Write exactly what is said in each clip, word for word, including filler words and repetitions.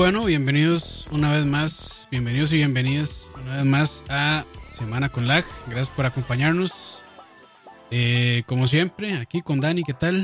Bueno, bienvenidos una vez más, bienvenidos y bienvenidas una vez más a Semana con Lag. Gracias por acompañarnos. Eh, como siempre, aquí con Dani, ¿qué tal?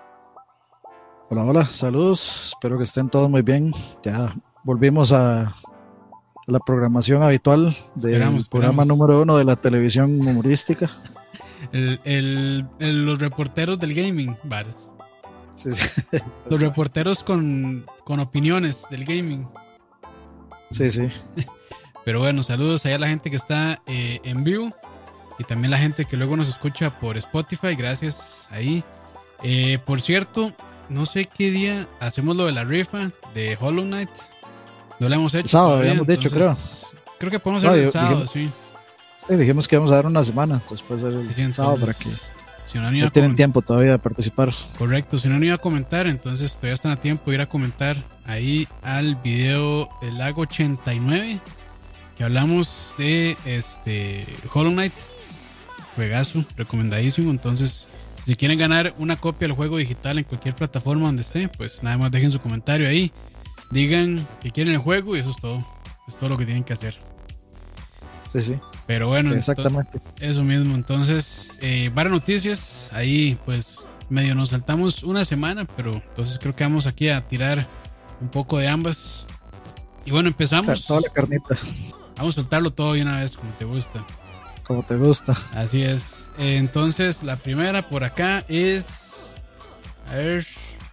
Hola, hola, saludos, espero que estén todos muy bien. Ya volvimos a la programación habitual del Esperamos, programa esperamos. número uno de la televisión humorística. El, el, el- los reporteros del gaming, Vares. Sí, sí, Los reporteros con, con opiniones del gaming. sí, sí. Pero bueno, saludos allá a la gente que está eh, en vivo y también la gente que luego nos escucha por Spotify. Gracias ahí. Eh, por cierto, no sé qué día hacemos lo de la rifa de Hollow Knight. No lo hemos hecho. El sábado todavía, habíamos dicho, entonces, Creo que podemos No, hacer el yo- sábado, dijimos- sí. Sí, dijimos que íbamos a dar una semana, después del Sí, sí, sábado para que entonces, si no, no iba ya a tienen comen- tiempo todavía de participar. Correcto, si no, no iba a comentar, entonces todavía están a tiempo de ir a comentar ahí al video del Lago ochenta y nueve que hablamos de este Hollow Knight, juegazo, recomendadísimo. Entonces, si quieren ganar una copia del juego digital en cualquier plataforma donde esté, pues nada más dejen su comentario ahí, digan que quieren el juego y eso es todo, es todo lo que tienen que hacer. Sí, sí, Pero bueno, ento- exactamente. eso mismo, entonces, eh, varias noticias, ahí pues medio nos saltamos una semana, pero entonces creo que vamos aquí a tirar un poco de ambas. Y bueno, empezamos, Toda la carnita, vamos a soltarlo todo de una vez como te gusta. como te gusta. Así es, Eh, entonces la primera por acá es, a ver,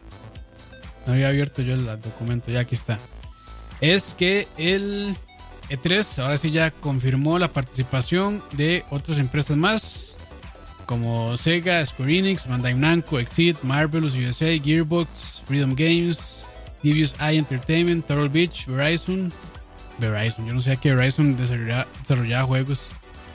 no había abierto yo el documento, ya aquí está. Es que el E tres ahora sí ya confirmó la participación de otras empresas más, como Sega, Square Enix, Bandai Namco, Exit, Marvelous U S A, Gearbox, Freedom Games, Devious Eye Entertainment, Turtle Beach, Verizon. Verizon, yo no sabía que Verizon desarrollaba, desarrollaba juegos.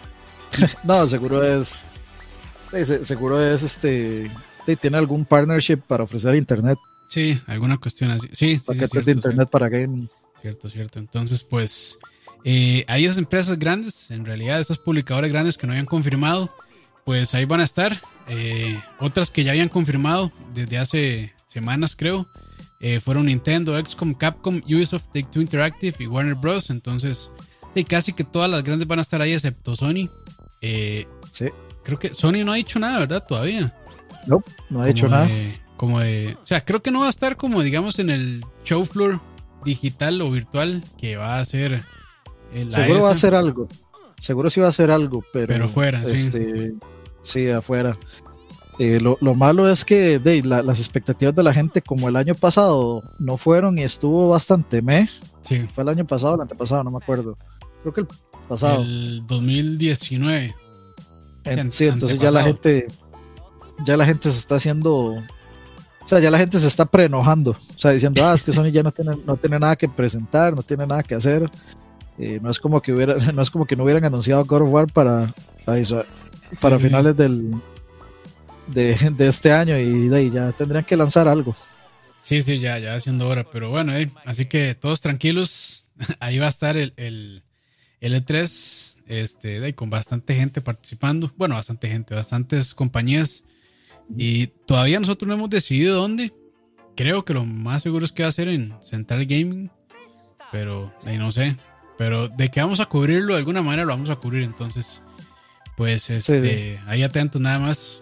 No, seguro es, sí, se- seguro es este, sí, tiene algún partnership para ofrecer internet, Sí, alguna cuestión así. Sí, sí, sí, paquetes cierto, de internet para gaming. Cierto, cierto. Entonces, pues, eh, hay esas empresas grandes, en realidad, esas publicadoras grandes que no habían confirmado, pues ahí van a estar. Eh, otras que ya habían confirmado desde hace semanas, creo, eh, fueron Nintendo, X COM, Capcom, Ubisoft, Take-Two Interactive y Warner Bros. Entonces, eh, casi que todas las grandes van a estar ahí, excepto Sony. Eh, Sí, creo que Sony no ha dicho nada, ¿verdad? Todavía. no, no ha hecho Como nada. de- como de, o sea, creo que no va a estar como digamos en el show floor digital o virtual que va a ser el Seguro va a hacer algo. Seguro sí va a hacer algo, pero. Pero fuera, sí. este, sí. afuera. Eh, lo, lo malo es que de, la- las expectativas de la gente, como el año pasado, no fueron y estuvo bastante meh. Sí, Fue el año pasado o el antepasado, no me acuerdo. Creo que el pasado. el dos mil diecinueve. En- an- sí, entonces ya la antepasado. gente. Ya la gente se está haciendo. O sea, ya la gente se está preenojando. O sea, diciendo, ah, es que Sony ya no tiene, no tiene nada que presentar, no tiene nada que hacer. Eh, no es como que hubiera, no es como que no hubieran anunciado God of War para, para, eso, para Sí, sí. finales del de, de este año y de ahí ya tendrían que lanzar algo. Sí, sí, ya, ya haciendo hora, pero bueno, eh, así que todos tranquilos, ahí va a estar el, el, el E tres, este, de ahí, con bastante gente participando, bueno, bastante gente, bastantes compañías, y todavía nosotros no hemos decidido dónde. Creo que lo más seguro es que va a ser en Central Gaming, pero de ahí no sé, pero de que vamos a cubrirlo de alguna manera lo vamos a cubrir, entonces, pues, este, ahí atentos nada más,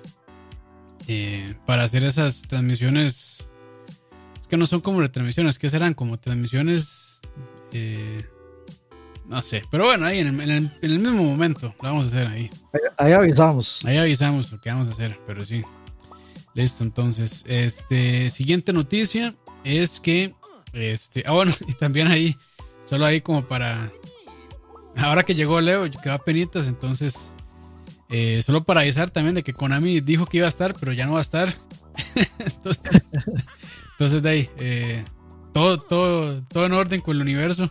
eh, para hacer esas transmisiones. Es que no son como retransmisiones, que serán como transmisiones, eh, no sé, pero bueno, ahí en el, en el- en el mismo momento lo vamos a hacer ahí. Ahí, ahí avisamos. Ahí avisamos lo que vamos a hacer, pero sí. Listo, entonces, este, siguiente noticia es que, este, ah bueno, y también ahí, solo ahí como para, ahora que llegó Leo, que va a penitas, entonces, eh, solo para avisar también de que Konami dijo que iba a estar, pero ya no va a estar. entonces, entonces de ahí, eh, todo, todo, todo en orden con el universo.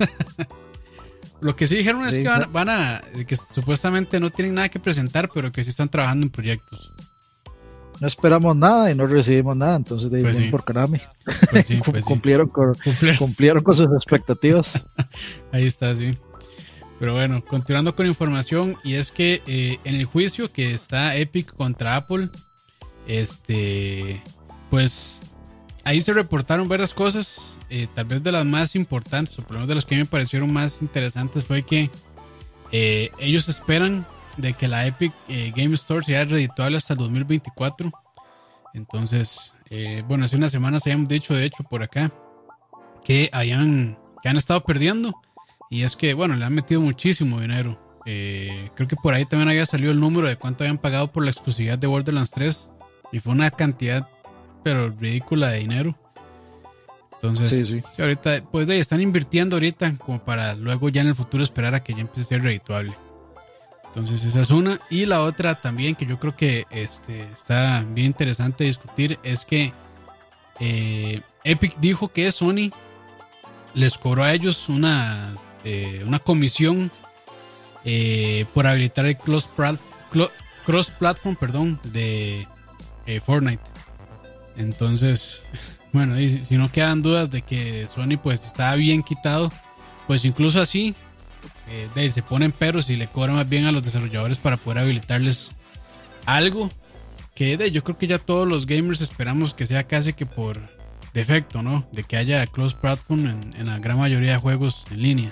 Lo que sí dijeron es Sí, que van, no. van a, que supuestamente no tienen nada que presentar, pero que sí están trabajando en proyectos. No esperamos nada y no recibimos nada, entonces de ahí Pues bien sí. por Konami. Pues sí, pues sí. cumplieron, con, Cumplir. cumplieron con sus expectativas. Ahí está, sí. Pero bueno, continuando con información, y es que eh, en el juicio que está Epic contra Apple, este, pues ahí se reportaron varias cosas, eh, tal vez de las más importantes, o por lo menos de las que me parecieron más interesantes, fue que eh, ellos esperan de que la Epic eh, Game Store sea redituable hasta el dos mil veinticuatro. Entonces, eh, bueno, hace unas semanas habíamos dicho, de hecho, por acá, que, hayan, que han estado perdiendo. Y es que, bueno, le han metido muchísimo dinero. Eh, creo que por ahí también había salido el número de cuánto habían pagado por la exclusividad de Borderlands tres. Y fue una cantidad, pero ridícula de dinero. Entonces, sí, sí. Sí, ahorita, pues de ahí están invirtiendo ahorita como para luego ya en el futuro esperar a que ya empiece a ser redituable. Entonces esa es una. Y la otra también que yo creo que este, está bien interesante discutir es que eh, Epic dijo que Sony les cobró a ellos una, eh, una comisión eh, por habilitar el cross, cross platform perdón, de eh, Fortnite. Entonces, bueno, y si, si no quedan dudas de que Sony pues estaba bien quitado, pues incluso así eh, de, se ponen peros y le cobran más bien a los desarrolladores para poder habilitarles algo que de, yo creo que ya todos los gamers esperamos que sea casi que por defecto, ¿no? De que haya cross platform en, en la gran mayoría de juegos en línea.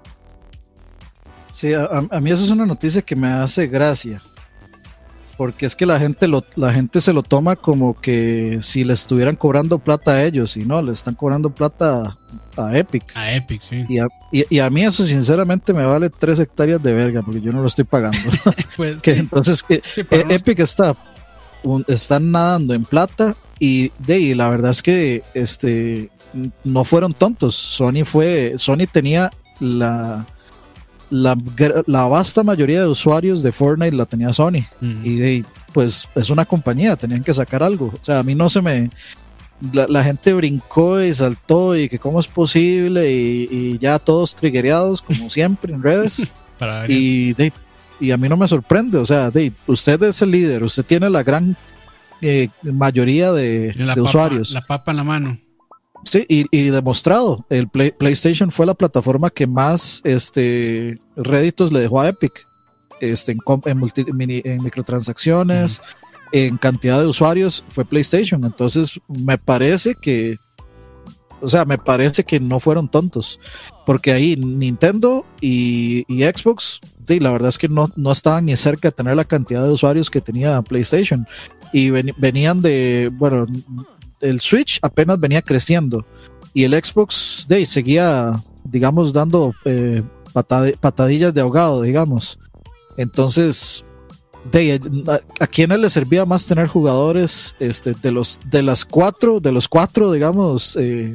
Sí, a, a mí eso es una noticia que me hace gracia. Porque es que la gente, lo, la gente se lo toma como que si le estuvieran cobrando plata a ellos, y no, le están cobrando plata a, a Epic. A Epic, sí. Y a, y, y a mí eso sinceramente me vale tres hectáreas de verga, porque yo no lo estoy pagando. Pues, que, sí. Entonces, que sí, eh, Epic está, un, están nadando en plata y, de, y la verdad es que este, no fueron tontos. Sony, fue, Sony tenía la... La, la vasta mayoría de usuarios de Fortnite la tenía Sony. Uh-huh. Y de, pues es una compañía, tenían que sacar algo. O sea, a mí no se me... La, la gente brincó y saltó y que cómo es posible y, y ya todos triggereados como siempre en redes. Para y, de, y a mí no me sorprende. O sea, de, usted es el líder, usted tiene la gran eh, mayoría de, la de papa, usuarios. La papa en la mano. Sí, y, y demostrado, el Play, PlayStation fue la plataforma que más este, réditos le dejó a Epic, este, en, en, multi, mini, en microtransacciones, uh-huh. en cantidad de usuarios, fue PlayStation. Entonces me parece que, o sea, me parece que no fueron tontos, porque ahí Nintendo y, y Xbox, sí, la verdad es que no, no estaban ni cerca de tener la cantidad de usuarios que tenía PlayStation, y ven, venían de, bueno, el Switch apenas venía creciendo y el Xbox Day seguía, digamos, dando eh, patad- patadillas de ahogado, digamos. Entonces, Day, a, a quiénes les servía más tener jugadores este, de los de las cuatro, de los cuatro, digamos, eh,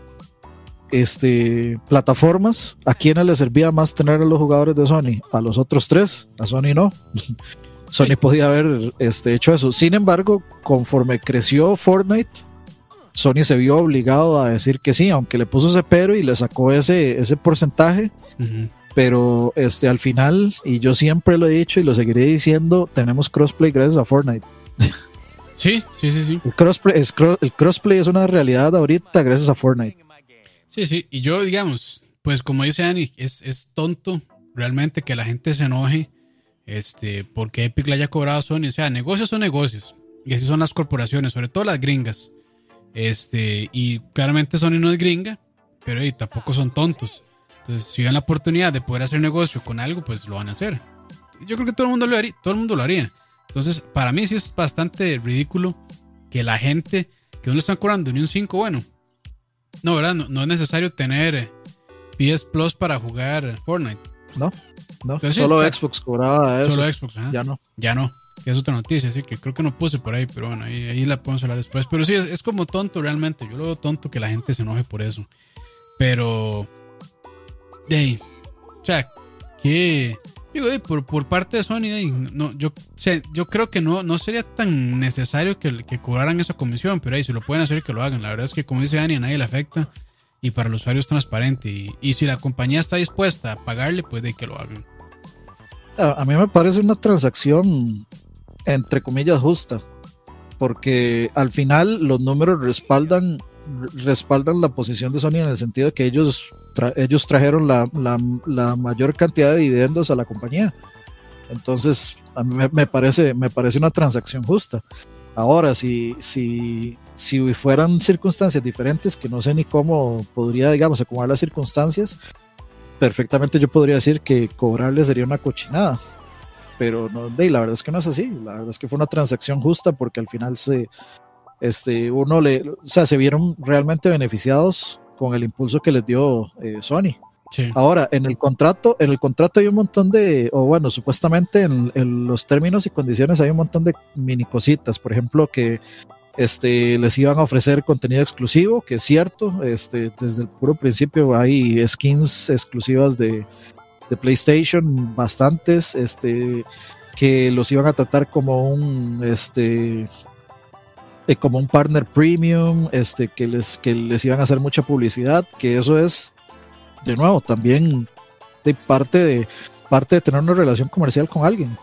este, plataformas, a quiénes les servía más tener a los jugadores de Sony, a los otros tres, a Sony no. Sony sí. podía haber este, hecho eso. Sin embargo, conforme creció Fortnite, Sony se vio obligado a decir que sí, aunque le puso ese pero y le sacó ese, ese porcentaje, uh-huh. pero este, al final, y yo siempre lo he dicho y lo seguiré diciendo, tenemos crossplay gracias a Fortnite. Sí, sí, sí, sí. El crossplay es, el crossplay es una realidad ahorita gracias a Fortnite. Sí, sí, y yo, digamos, pues como dice Dani, es, es tonto realmente que la gente se enoje este, porque Epic le haya cobrado a Sony. O sea, negocios son negocios, y así son las corporaciones, sobre todo las gringas. Este, y claramente Sony no es gringa, pero hey, tampoco son tontos. Entonces, si ven la oportunidad de poder hacer negocio con algo, pues lo van a hacer. Yo creo que todo el mundo lo haría, todo el mundo lo haría. Entonces, para mí sí es bastante ridículo que la gente que no le están cobrando ni un cinco, bueno, no, ¿verdad? No, no es necesario tener P S Plus para jugar Fortnite. No, no. Entonces, solo sí, Xbox cobraba eso. Solo Xbox, ajá. Ya no. Ya no. Es otra noticia, así que creo que no puse por ahí, pero bueno, ahí, ahí la podemos hablar después. Pero sí, es, es como tonto realmente. Yo lo veo tonto que la gente se enoje por eso. Pero, hey, o sea, que digo, hey, por, por parte de Sony, hey, no, yo, o sea, yo creo que no, no sería tan necesario que, que cobraran esa comisión, pero hey, si lo pueden hacer, que lo hagan. La verdad es que, como dice Dani, a nadie le afecta y para el usuario es transparente. Y, y si la compañía está dispuesta a pagarle, pues de que lo hagan. A, a mí me parece una transacción entre comillas justa, porque al final los números respaldan respaldan la posición de Sony en el sentido de que ellos, tra- ellos trajeron la, la, la mayor cantidad de dividendos a la compañía. Entonces a mí me, me parece me parece una transacción justa. Ahora, si, si si fueran circunstancias diferentes, que no sé ni cómo podría, digamos, acomodar las circunstancias, perfectamente yo podría decir que cobrarle sería una cochinada, pero no, de, la verdad es que no es así, la verdad es que fue una transacción justa porque al final se, este, uno le, o sea, se vieron realmente beneficiados con el impulso que les dio eh, Sony. Sí. Ahora, en el contrato, en el contrato hay un montón de, o bueno, supuestamente en, en los términos y condiciones hay un montón de mini cositas, por ejemplo, que este, les iban a ofrecer contenido exclusivo, que es cierto, este, desde el puro principio hay skins exclusivas de, de PlayStation, bastantes, este, que los iban a tratar como un, este, eh, como un partner premium, este, que les, que les iban a hacer mucha publicidad, que eso es, de nuevo, también de parte de parte de tener una relación comercial con alguien.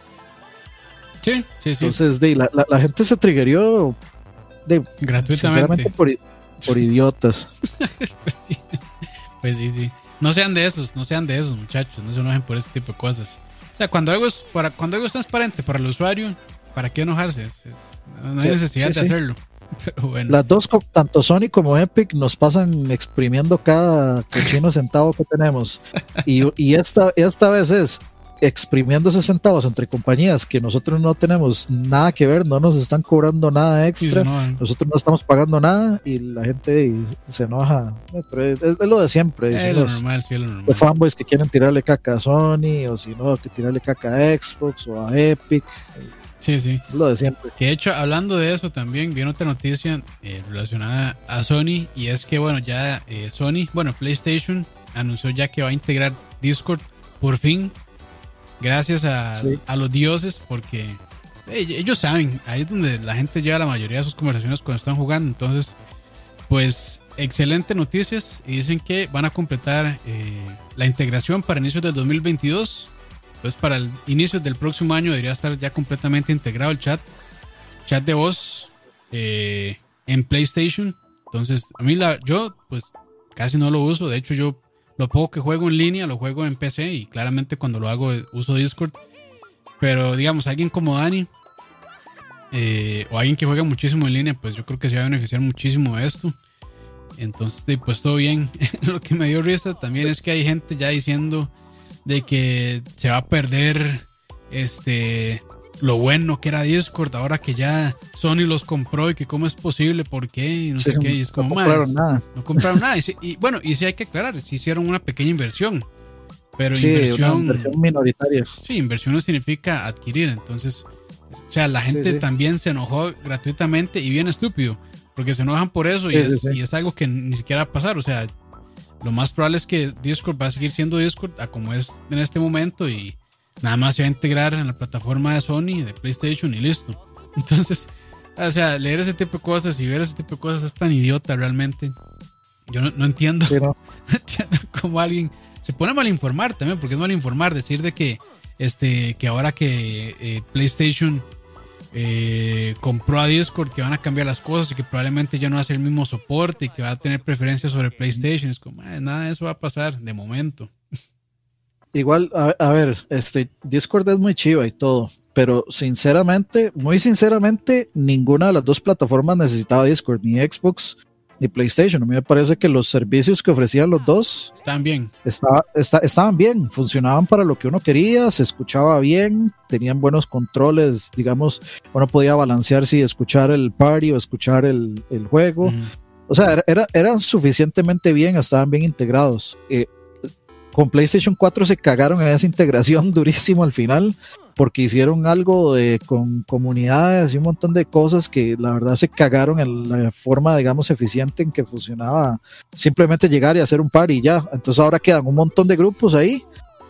Sí, sí, sí. Entonces, de, la, la, la gente se triggerió de, gratuitamente por, por idiotas. Pues sí. Pues sí, sí. No sean de esos, no sean de esos, muchachos, no se enojen por este tipo de cosas. O sea, cuando algo es, para, cuando algo es transparente para el usuario, ¿para qué enojarse? Es, es, no hay sí, necesidad sí, de sí. hacerlo. Pero bueno. Las dos, tanto Sony como Epic, nos pasan exprimiendo cada cochino centavo que tenemos. Y, y esta, esta vez es exprimiendo esos centavos entre compañías que nosotros no tenemos nada que ver, no nos están cobrando nada extra, nosotros no estamos pagando nada y la gente se enoja. Pero es, es lo de siempre. Es lo normal, sí, es lo normal. Los fanboys que quieren tirarle caca a Sony, o si no, que tirarle caca a Xbox o a Epic. Sí, sí. Lo de siempre. Que de hecho, hablando de eso también, vi otra noticia eh, relacionada a Sony, y es que, bueno, ya eh, Sony, bueno, PlayStation anunció ya que va a integrar Discord por fin, gracias a, sí. a los dioses, porque eh, ellos saben, ahí es donde la gente lleva la mayoría de sus conversaciones cuando están jugando. Entonces, pues, excelentes noticias, y dicen que van a completar eh, la integración para inicios del dos mil veintidós. Entonces, para el inicio del próximo año debería estar ya completamente integrado el chat, chat de voz eh, en PlayStation. Entonces, a mí la, yo pues casi no lo uso. De hecho, yo lo poco que juego en línea lo juego en P C, y claramente cuando lo hago uso Discord. Pero digamos, alguien como Dani eh, o alguien que juega muchísimo en línea, pues yo creo que se va a beneficiar muchísimo de esto. Entonces, pues todo bien. Lo que me dio risa también es que hay gente ya diciendo de que se va a perder este lo bueno que era Discord ahora que ya Sony los compró, y que cómo es posible, por qué, y no sí, sé qué, y es como no compraron más, nada. no compraron nada, y, y bueno, y sí hay que aclarar, sí hicieron una pequeña inversión, pero sí, inversión, una inversión minoritaria. Sí, inversión no significa adquirir. Entonces, o sea, la gente sí, sí. también se enojó gratuitamente, y bien estúpido, porque se enojan por eso, y, sí, es, sí, sí. y es algo que ni siquiera va a pasar. O sea, lo más probable es que Discord va a seguir siendo Discord a como es en este momento, y nada más se va a integrar en la plataforma de Sony, de PlayStation, y listo. Entonces, o sea, leer ese tipo de cosas y ver ese tipo de cosas es tan idiota realmente. Yo no, no entiendo, sí, no. no entiendo cómo alguien se pone a malinformar también, porque es malinformar decir de que este que ahora que eh, PlayStation Eh, compró a Discord, que van a cambiar las cosas y que probablemente ya no va a ser el mismo soporte y que va a tener preferencias sobre PlayStation. Es como, eh, nada de eso va a pasar de momento. Igual, a, a ver, este Discord es muy chiva y todo, pero sinceramente, muy sinceramente, ninguna de las dos plataformas necesitaba Discord, ni Xbox ni PlayStation. A mí me parece que los servicios que ofrecían los dos también estaba, está, estaban bien, funcionaban para lo que uno quería, se escuchaba bien, tenían buenos controles, digamos, uno podía balancear si escuchar el party o escuchar el, el juego. Mm. O sea, era, era, eran suficientemente bien, estaban bien integrados. Eh, con PlayStation cuatro se cagaron en esa integración durísimo al final, porque hicieron algo de, con comunidades y un montón de cosas que la verdad se cagaron en la forma, digamos, eficiente en que funcionaba simplemente llegar y hacer un party y ya. Entonces ahora quedan un montón de grupos ahí,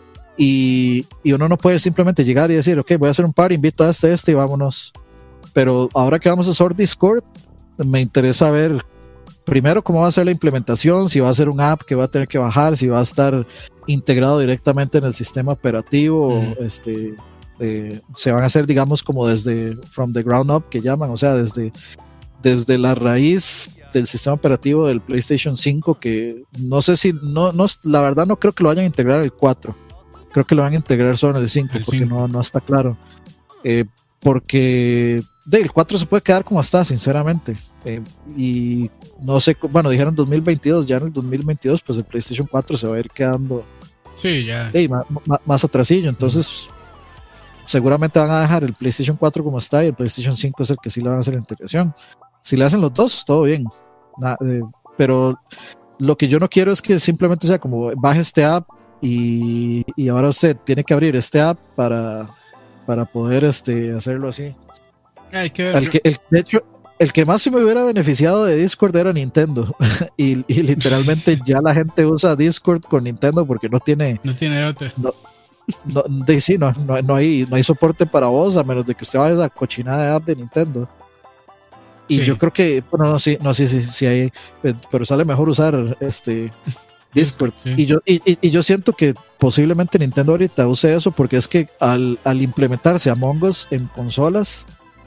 y, y uno no puede simplemente llegar y decir, ok, voy a hacer un party, invito a este, este y vámonos. Pero ahora que vamos a usar Discord, me interesa ver primero cómo va a ser la implementación, si va a ser un app que va a tener que bajar, si va a estar integrado directamente en el sistema operativo, mm. este... Eh, se van a hacer, digamos, como desde from the ground up, que llaman, o sea, desde, desde la raíz del sistema operativo del PlayStation cinco, que no sé si, no, no, la verdad no creo que lo vayan a integrar el cuatro, creo que lo van a integrar solo en el cinco, el porque cinco. No, no está claro, eh, porque de, el cuatro se puede quedar como está, sinceramente, Eh, y no sé, bueno, dijeron dos mil veintidós, ya en el dos mil veintidós pues el PlayStation cuatro se va a ir quedando sí, ya. hey, más, más, más atrasillo, entonces uh-huh. seguramente van a dejar el PlayStation cuatro como está y el PlayStation cinco es el que sí le van a hacer la integración. Si le hacen los dos, todo bien. Nah, eh, pero lo que yo no quiero es que simplemente sea como baje este app y, y ahora usted tiene que abrir este app para, para poder este, hacerlo así. Hay que ver. El que, el, de hecho, el que más se me hubiera beneficiado de Discord era Nintendo. y, y literalmente ya la gente usa Discord con Nintendo porque no tiene... No tiene otra. No, no, de, sí, no, no, no, hay, no hay soporte para vos a menos de que usted vaya a esa cochinada de app de Nintendo. Y sí. Yo creo que, bueno, no, sí, no, sí, sí, sí hay, pero sale mejor usar este Discord. Sí. Y, yo, y, y yo siento que posiblemente Nintendo ahorita use eso porque es que al, al implementarse Among Us en consolas,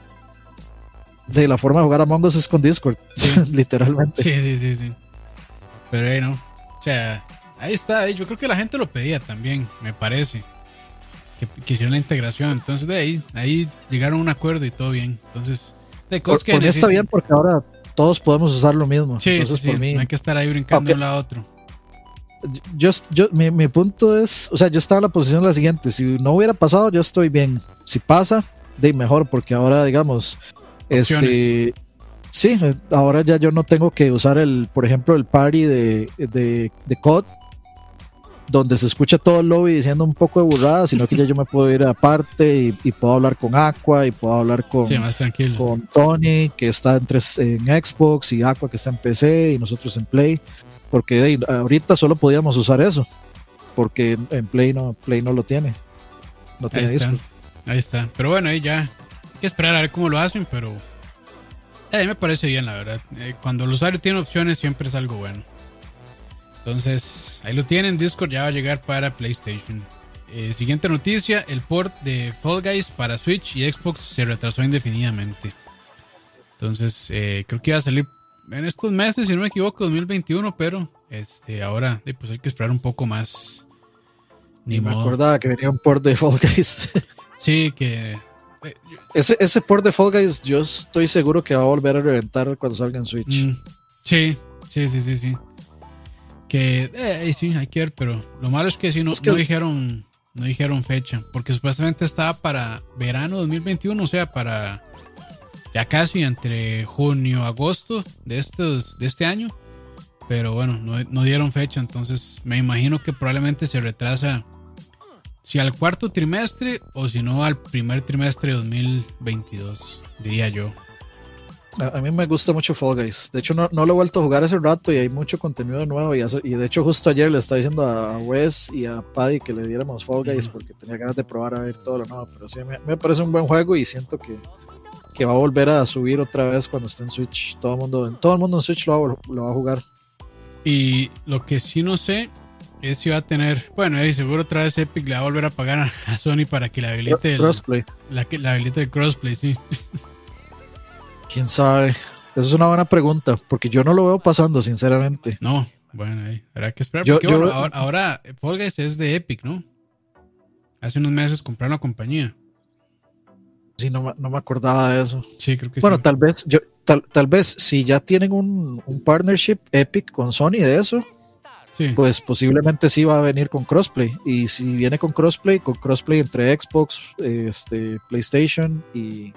de la forma de jugar Among Us es con Discord, sí. literalmente. Sí, sí, sí, sí. Pero ahí no. O sea, ahí está. Yo creo que la gente lo pedía también, me parece. Que, que hicieron la integración. Entonces, de ahí, ahí llegaron a un acuerdo y todo bien. Entonces. De por, por mí está bien porque ahora todos podemos usar lo mismo. Sí, Entonces, sí, por mí, no hay que estar ahí brincando okay. de un lado a otro. Yo, yo, mi, mi punto es, o sea, yo estaba en la posición la siguiente: si no hubiera pasado, yo estoy bien. Si pasa, de mejor, porque ahora, digamos, opciones. este, sí, ahora ya yo no tengo que usar el, por ejemplo, el party de, de, de C O D, donde se escucha todo el lobby diciendo un poco de burradas, sino que ya yo me puedo ir aparte y, y puedo hablar con Aqua y puedo hablar con, sí, más tranquilo. con Tony, que está en, tres, en Xbox, y Aqua, que está en P C, y nosotros en Play, porque de, ahorita solo podíamos usar eso, porque en Play no, Play no lo tiene. No tiene ahí está, disco. Ahí está. Pero bueno, ahí ya hay que esperar a ver cómo lo hacen, pero a mí me parece bien, la verdad. Eh, cuando el usuario tiene opciones, siempre es algo bueno. Entonces, ahí lo tienen. Discord ya va a llegar para PlayStation. Eh, siguiente noticia: el port de Fall Guys para Switch y Xbox se retrasó indefinidamente. Entonces, eh, creo que iba a salir en estos meses, si no me equivoco, dos mil veintiuno, pero este, ahora pues hay que esperar un poco más. Ni me modo. acordaba que venía un port de Fall Guys. Sí, que... Eh, yo... ese, ese port de Fall Guys yo estoy seguro que va a volver a reventar cuando salga en Switch. Mm, sí, sí, sí, sí, sí. Que eh, sí, hay que ver, pero lo malo es que sí no, es que... no dijeron no dijeron fecha, porque supuestamente estaba para verano dos mil veintiuno, o sea, para ya casi entre junio agosto de estos de este año, pero bueno, no, no dieron fecha, entonces me imagino que probablemente se retrasa si al cuarto trimestre o si no al primer trimestre de dos mil veintidós, diría yo. A, a mí me gusta mucho Fall Guys. De hecho, no, no lo he vuelto a jugar hace rato y hay mucho contenido nuevo. Y, hace, y de hecho, justo ayer le estaba diciendo a Wes y a Paddy que le diéramos Fall Guys, uh-huh, porque tenía ganas de probar a ver todo lo nuevo. Pero sí, me, me parece un buen juego y siento que, que va a volver a subir otra vez cuando esté en Switch. Todo el mundo, todo el mundo en Switch lo va, lo va a jugar. Y lo que sí no sé es si va a tener, bueno, y seguro otra vez Epic le va a volver a pagar a Sony para que la habilite el crossplay. La, la habilite el crossplay, sí. ¿Quién sabe? Esa es una buena pregunta, porque yo no lo veo pasando, sinceramente. No, bueno, ahí habrá que esperar. Yo, porque yo, bueno, ahora, ahora Fall Guys es de Epic, ¿no? Hace unos meses compraron la compañía. Sí, no, no me acordaba de eso. Sí, creo que bueno, sí. Bueno, tal vez, yo, tal, tal vez si ya tienen un, un partnership Epic con Sony de eso, sí, pues posiblemente sí va a venir con crossplay. Y si viene con crossplay, con crossplay entre Xbox, este, PlayStation y...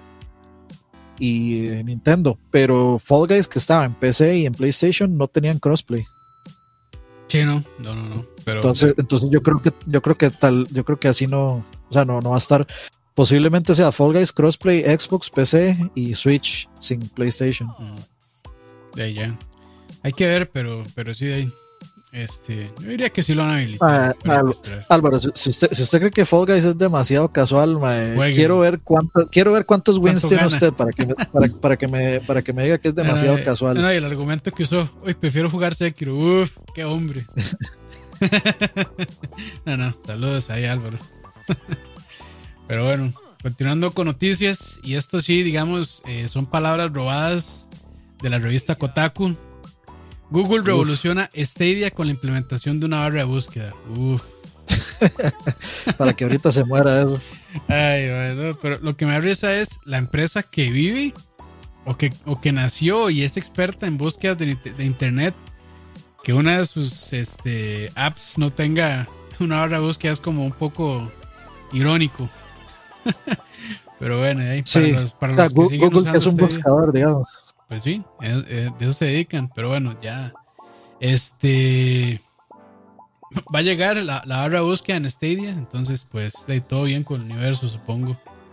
y eh, Nintendo, pero Fall Guys, que estaba en P C y en PlayStation, no tenían crossplay. Sí, no, no, no, no. Pero entonces, entonces yo creo que yo creo que tal, yo creo que así no, o sea, no, no va a estar. Posiblemente sea Fall Guys crossplay, Xbox, P C y Switch sin PlayStation. Mm. De ahí ya. Hay que ver, pero, pero sí de ahí. Este, yo diría que sí lo han habilitado. Ah, Al, Álvaro, si usted, si usted cree que Fall Guys es demasiado casual, mae, quiero ver cuánto, quiero ver cuántos wins tiene gana usted para que me, para, para que me, para que me diga que es demasiado no, casual. No, y el argumento que usó, uy, prefiero jugar Sekiro, uff, qué hombre. no, no, saludos ahí, Álvaro. Pero bueno, continuando con noticias, y esto sí, digamos, eh, son palabras robadas de la revista Kotaku. Google revoluciona Uf. Stadia con la implementación de una barra de búsqueda. Uf. Para que ahorita se muera eso. Ay, bueno, pero lo que me da risa es la empresa que vive o que, o que nació y es experta en búsquedas de, de internet, que una de sus este, apps no tenga una barra de búsqueda es como un poco irónico. Pero bueno, ahí, para Sí, los, para o sea, los que Google, siguen Google usando es un Stadia, buscador, digamos. pues sí, eh, eh, de eso se dedican. Pero bueno, ya este va a llegar la, la barra de búsqueda en Stadia, entonces pues de todo bien con el universo, supongo.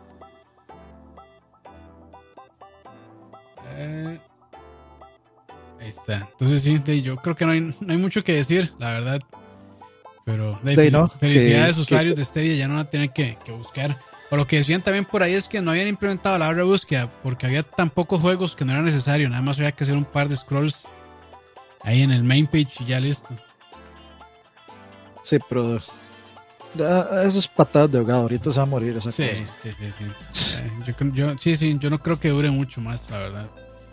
Eh, ahí está. Entonces sí, de, yo creo que no hay, no hay mucho que decir, la verdad. Pero de, De, ¿no? felicidades que, usuarios que, de Stadia, ya no van a tener que, que buscar. O lo que decían también por ahí es que no habían implementado la barra de búsqueda porque había tan pocos juegos que no era necesario. Nada más había que hacer un par de scrolls ahí en el main page y ya listo. Sí, pero uh, eso es patadas de ahogado. Ahorita se va a morir esa sí, cosa. Sí, sí, sí. eh, yo, yo, sí, sí. Yo no creo que dure mucho más, la verdad.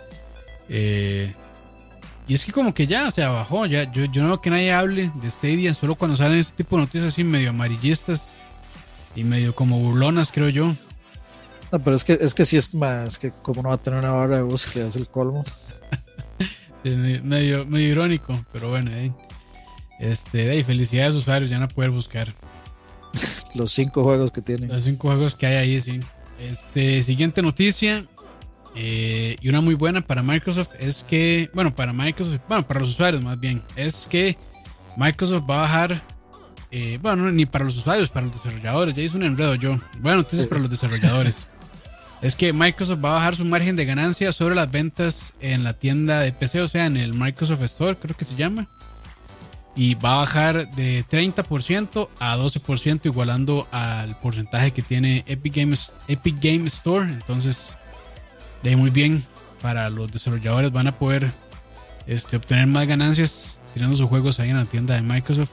Eh, y es que como que ya, o sea, bajó. Ya, yo, yo no veo que nadie hable de Stadia. Solo cuando salen este tipo de noticias así medio amarillistas y medio como burlonas, creo yo. No, pero es que, es que sí es más que como no va a tener una barra de búsqueda, es el colmo. Sí, medio, medio irónico, pero bueno, eh. Este, hey, felicidades usuarios, ya van a poder buscar los cinco juegos que tienen. Los cinco juegos que hay ahí, sí. Este, siguiente noticia, eh, y una muy buena para Microsoft es que, bueno, para Microsoft, bueno, para los usuarios más bien, es que Microsoft va a bajar, eh, bueno, ni para los usuarios, para los desarrolladores, ya hice un enredo yo. Bueno, noticias sí. Para los desarrolladores. Es que Microsoft va a bajar su margen de ganancia sobre las ventas en la tienda de P C, o sea, en el Microsoft Store, creo que se llama. Y va a bajar de treinta por ciento a doce por ciento, igualando al porcentaje que tiene Epic Games, Epic Game Store. Entonces, de ahí muy bien para los desarrolladores, van a poder este, obtener más ganancias tirando sus juegos ahí en la tienda de Microsoft.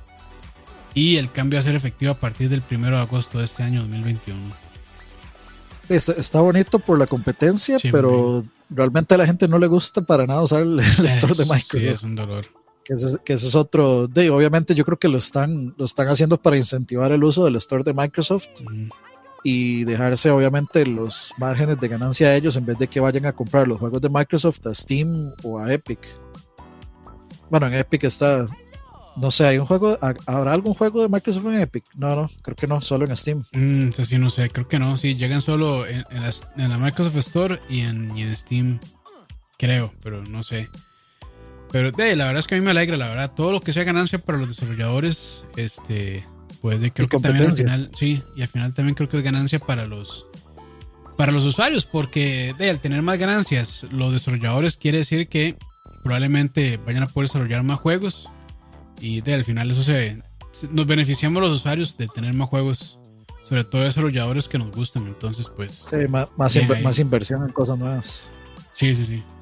Y el cambio va a ser efectivo a partir del primero de agosto de este año dos mil veintiuno. Está, está bonito por la competencia, sí, pero realmente a la gente no le gusta para nada usar el, el es, store de Microsoft. Sí, es un dolor. Que ese, que ese es otro, de, obviamente yo creo que lo están, lo están haciendo para incentivar el uso del store de Microsoft mm. y dejarse obviamente los márgenes de ganancia a ellos en vez de que vayan a comprar los juegos de Microsoft a Steam o a Epic. Bueno, en Epic está, no sé, ¿hay un juego, habrá algún juego de Microsoft en Epic? No, no, creo que no, solo en Steam. Mm, sí, sí, no sé, creo que no, sí, llegan solo en, en, la, en la Microsoft Store y en, y en Steam, creo, pero no sé. Pero de, la verdad es que a mí me alegra, la verdad, todo lo que sea ganancia para los desarrolladores, este, pues de, creo que también al final, sí, y al final también creo que es ganancia para los para los usuarios, porque de, al tener más ganancias, los desarrolladores quiere decir que probablemente vayan a poder desarrollar más juegos y de, al final eso se, nos beneficiamos los usuarios de tener más juegos, sobre todo desarrolladores que nos gustan, entonces pues... Sí, más, más, inver, más inversión en cosas nuevas. Sí, sí, sí.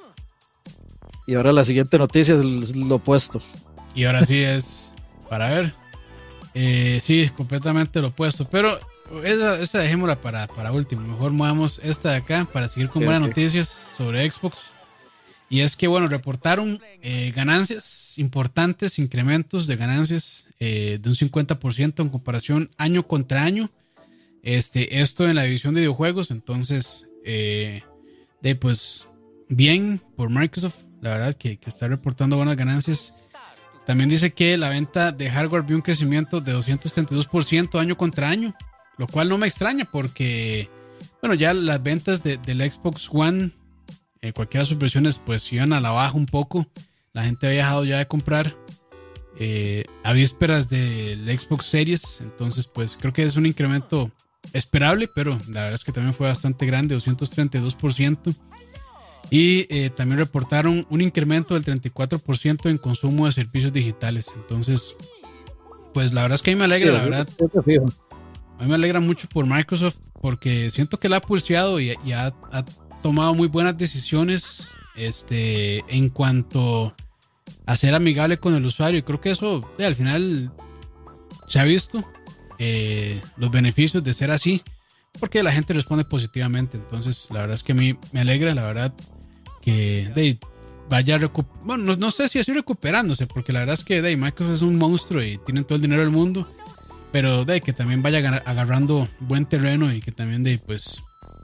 Y ahora la siguiente noticia es lo opuesto. Y ahora sí es, para ver, eh, sí, completamente lo opuesto. Pero esa, esa dejémosla para, para último. Mejor movamos esta de acá para seguir con okay, buenas okay. noticias sobre Xbox. Y es que, bueno, reportaron eh, ganancias importantes, incrementos de ganancias eh, de un cincuenta por ciento en comparación año contra año. Este, esto en la división de videojuegos. Entonces, eh, de pues, bien por Microsoft. La verdad que, que está reportando buenas ganancias. También dice que la venta de hardware vio un crecimiento de doscientos treinta y dos por ciento año contra año, lo cual no me extraña porque, bueno, ya las ventas de, del Xbox One, eh, cualquiera de sus versiones, pues iban a la baja un poco. La gente había dejado ya de comprar eh, a vísperas del Xbox Series, entonces pues creo que es un incremento esperable, pero la verdad es que también fue bastante grande, doscientos treinta y dos por ciento. Y eh, también reportaron un incremento del treinta y cuatro por ciento en consumo de servicios digitales. Entonces, pues la verdad es que a mí me alegra, sí, la verdad. A mí me alegra mucho por Microsoft porque siento que la ha pulseado y, y ha, ha tomado muy buenas decisiones este, en cuanto a ser amigable con el usuario. Y creo que eso eh, al final se ha visto eh, los beneficios de ser así porque la gente responde positivamente. Entonces, la verdad es que a mí me alegra, la verdad. Que de, vaya recu- bueno, no, no sé si así recuperándose, porque la verdad es que de, Microsoft es un monstruo y tienen todo el dinero del mundo, pero de que también vaya agarrando buen terreno y que también de pues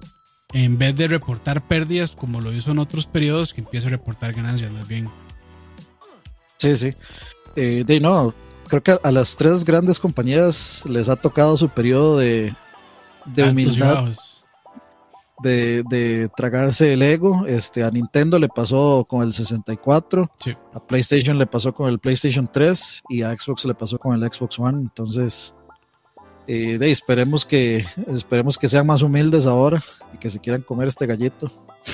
en vez de reportar pérdidas como lo hizo en otros periodos, que empiece a reportar ganancias más bien. Sí, sí. Eh, de no, creo que a las tres grandes compañías les ha tocado su periodo de, de humildad, de, de tragarse el ego. Este, a Nintendo le pasó con el sesenta y cuatro, sí. A PlayStation le pasó con el PlayStation tres y a Xbox le pasó con el Xbox One. Entonces, eh, de, esperemos que esperemos que sean más humildes ahora y que se quieran comer este gallito.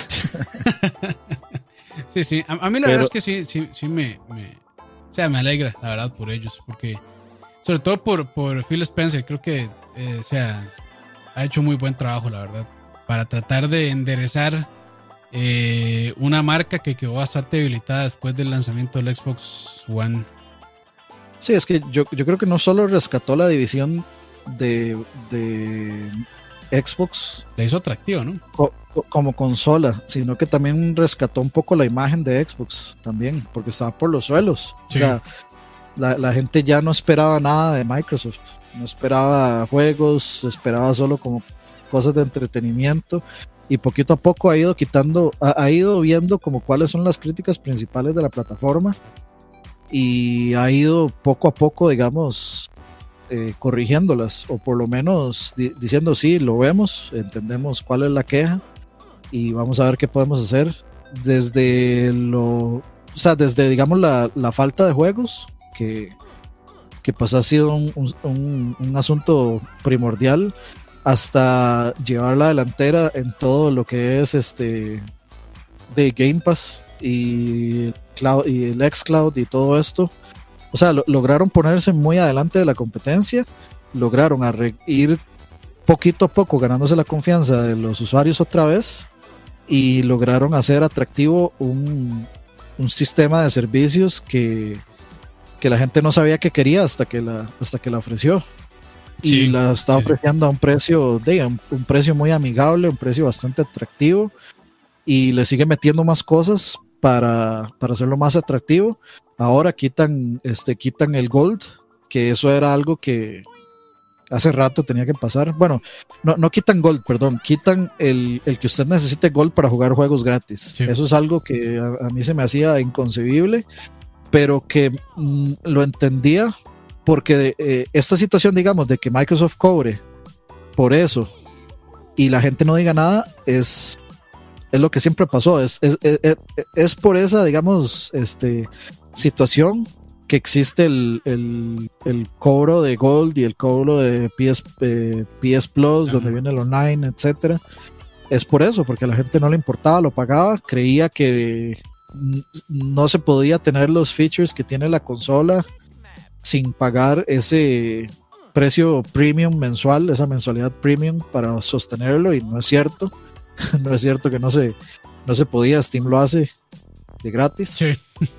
Sí, sí, a, a mí la Pero, verdad es que sí, sí, sí me, me, o sea, me alegra, la verdad, por ellos, porque, sobre todo por, por Phil Spencer, creo que, eh, o sea, ha hecho muy buen trabajo, la verdad, para tratar de enderezar eh, una marca que quedó bastante debilitada después del lanzamiento del Xbox One. Sí, es que yo, yo creo que no solo rescató la división de, de Xbox, le hizo atractivo, ¿no? Co- como consola, sino que también rescató un poco la imagen de Xbox también, porque estaba por los suelos. Sí. O sea, la, la gente ya no esperaba nada de Microsoft, no esperaba juegos, esperaba solo como cosas de entretenimiento, y poquito a poco ha ido quitando, ha, ha ido viendo como cuáles son las críticas principales de la plataforma, y ha ido poco a poco, digamos, eh, corrigiéndolas, o por lo menos di- diciendo sí, lo vemos, entendemos cuál es la queja y vamos a ver qué podemos hacer. Desde lo, o sea, desde digamos la, la falta de juegos, que, que pues ha sido un, un, un asunto primordial, hasta llevar la delantera en todo lo que es este de Game Pass y el, cloud, y el xCloud y todo esto. O sea, lo, lograron ponerse muy adelante de la competencia, lograron arre- ir poquito a poco ganándose la confianza de los usuarios otra vez, y lograron hacer atractivo un, un sistema de servicios que, que la gente no sabía que quería hasta que la, hasta que la ofreció. Sí, y la está sí, ofreciendo sí. a un precio, de, un, un precio muy amigable, un precio bastante atractivo, y le sigue metiendo más cosas para, para hacerlo más atractivo. Ahora quitan, este, quitan el Gold, que eso era algo que hace rato tenía que pasar. Bueno, no, no quitan Gold, perdón, quitan el, el que usted necesite Gold para jugar juegos gratis. Sí. Eso es algo que a, a mí se me hacía inconcebible, pero que mm, lo entendía, porque eh, esta situación, digamos, de que Microsoft cobre por eso y la gente no diga nada, es, es lo que siempre pasó. Es, es, es, es por esa, digamos, este, situación que existe el, el, el cobro de Gold y el cobro de P S, eh, P S Plus, uh-huh. donde viene el online, etcétera. Es por eso, porque a la gente no le importaba, lo pagaba, creía que no se podía tener los features que tiene la consola sin pagar ese precio premium mensual, esa mensualidad premium para sostenerlo, y no es cierto. No es cierto que no se, no se podía. Steam lo hace de gratis. Sí.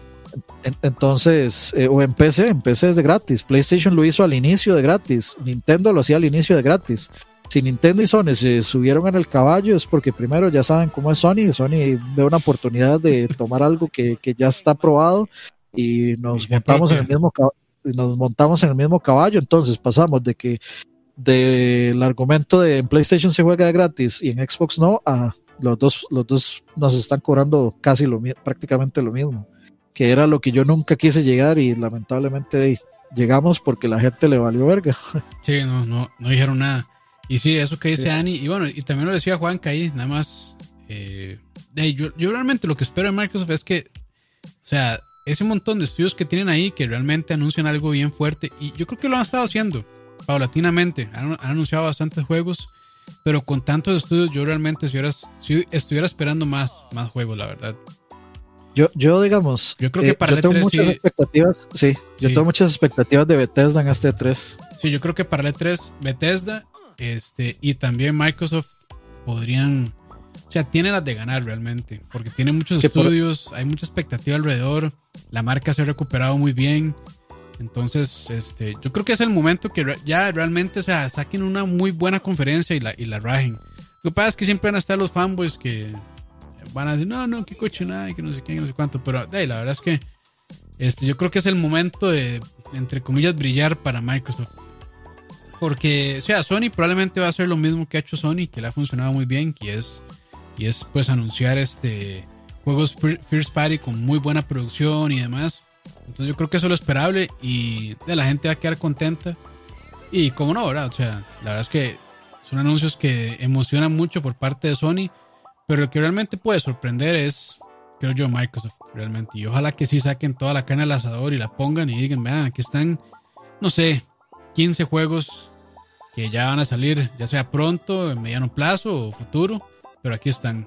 Entonces, eh, o en P C, en P C es de gratis. PlayStation lo hizo al inicio de gratis, Nintendo lo hacía al inicio de gratis. Si Nintendo y Sony se subieron en el caballo, es porque primero ya saben cómo es Sony. Sony ve una oportunidad de tomar algo que, que ya está probado, y nos y montamos en el mismo caballo. Nos montamos en el mismo caballo. Entonces pasamos de que del argumento de en PlayStation se juega de gratis y en Xbox no, a los dos, los dos nos están cobrando casi lo prácticamente lo mismo, que era lo que yo nunca quise llegar, y lamentablemente llegamos porque la gente le valió verga. Sí, no, no, no dijeron nada. Y sí, eso que dice sí. Ani, y bueno, y también lo decía Juanca ahí, nada más, eh, yo, yo realmente lo que espero de Microsoft es que, o sea, ese montón de estudios que tienen ahí, que realmente anuncian algo bien fuerte, y yo creo que lo han estado haciendo paulatinamente, han, han anunciado bastantes juegos, pero con tantos estudios yo realmente si, hubieras, si estuviera esperando más, más juegos, la verdad. Yo, yo digamos, yo creo que para eh, yo tengo muchas sí, expectativas, sí, yo sí. tengo muchas expectativas de Bethesda en este E tres. Sí, yo creo que para el E tres Bethesda este, y también Microsoft podrían, o sea, tienen las de ganar realmente, porque tiene muchos sí, estudios, por... hay mucha expectativa alrededor, la marca se ha recuperado muy bien. Entonces, este, yo creo que es el momento que re- ya realmente, o sea, saquen una muy buena conferencia y la, y la rajen. Lo que pasa es que siempre van a estar los fanboys que van a decir, no, no, qué cochinada y que no sé qué, no sé cuánto. Pero hey, la verdad es que este, yo creo que es el momento de, entre comillas, brillar para Microsoft. Porque, o sea, Sony probablemente va a hacer lo mismo que ha hecho Sony, que le ha funcionado muy bien, que es, y es pues anunciar este juegos first party con muy buena producción y demás. Entonces yo creo que eso es lo esperable y de la gente va a quedar contenta. Y cómo no, ¿verdad? O sea, la verdad es que son anuncios que emocionan mucho por parte de Sony, pero lo que realmente puede sorprender es, creo yo, Microsoft, realmente. Y ojalá que sí saquen toda la carne al asador y la pongan y digan, vean, aquí están, no sé, quince juegos que ya van a salir, ya sea pronto, en mediano plazo o futuro, pero aquí están.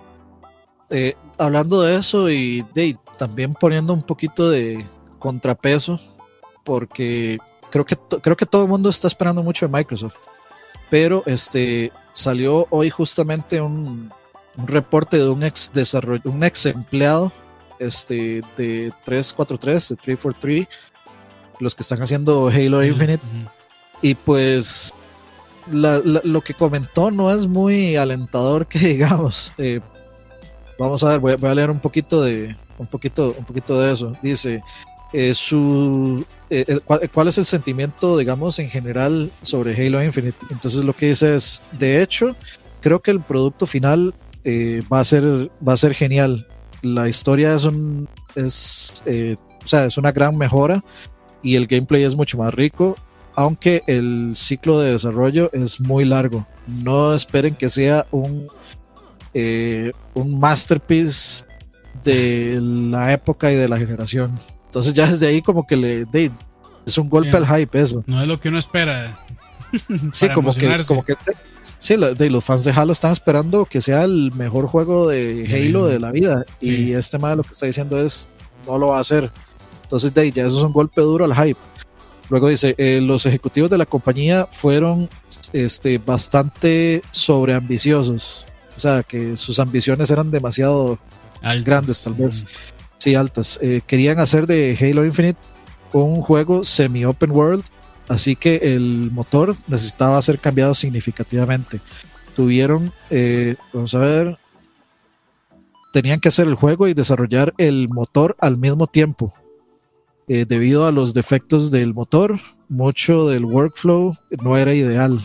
Eh, hablando de eso y de, también poniendo un poquito de contrapeso, porque creo que, to- creo que todo el mundo está esperando mucho de Microsoft, pero este, salió hoy justamente un, un reporte de un ex desarroll- un ex empleado este, de trescientos cuarenta y tres, de trescientos cuarenta y tres, los que están haciendo Halo Infinite, Uh-huh. y pues la- la- lo que comentó no es muy alentador que digamos. Eh, vamos a ver, voy a, voy a leer un poquito de un poquito, un poquito de eso. Dice eh, su eh, eh, ¿cuál, cuál es el sentimiento, digamos, en general sobre Halo Infinite. Entonces lo que dice es, de hecho, creo que el producto final eh, va a ser va a ser genial. La historia es un es eh, o sea, es una gran mejora y el gameplay es mucho más rico, aunque el ciclo de desarrollo es muy largo. No esperen que sea un, eh, un masterpiece de la época y de la generación. Entonces ya desde ahí como que le de, es un golpe Sí, al hype eso. no es lo que uno espera. Sí, Para como que, emocionarse. como que sí, la- de, los fans de Halo están esperando que sea el mejor juego de Halo de la vida. Sí. Y este man lo que está diciendo es no lo va a hacer. Entonces de ahí ya eso es un golpe duro al hype. Luego dice, eh, los ejecutivos de la compañía fueron este, bastante sobreambiciosos. O sea, que sus ambiciones eran demasiado Altas. grandes, tal vez. Sí, altas. Eh, querían hacer de Halo Infinite un juego semi-open world, así que el motor necesitaba ser cambiado significativamente. Tuvieron, eh, vamos a ver, tenían que hacer el juego y desarrollar el motor al mismo tiempo. Eh, debido a los defectos del motor, mucho del workflow no era ideal,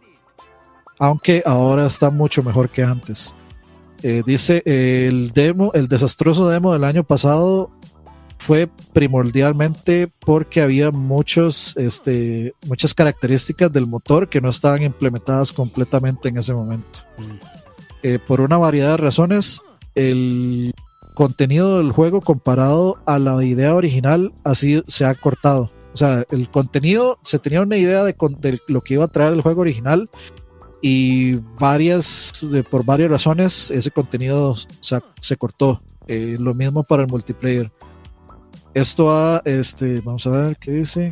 aunque ahora está mucho mejor que antes. Eh, dice eh, el demo, el desastroso demo del año pasado fue primordialmente porque había muchos, este, muchas características del motor que no estaban implementadas completamente en ese momento. Eh, por una variedad de razones, el contenido del juego comparado a la idea original así se ha cortado. O sea, el contenido, se tenía una idea de, de lo que iba a traer el juego original y varias, de, por varias razones, ese contenido se, se cortó. Eh, lo mismo para el multiplayer. Esto ha, este, vamos a ver qué dice.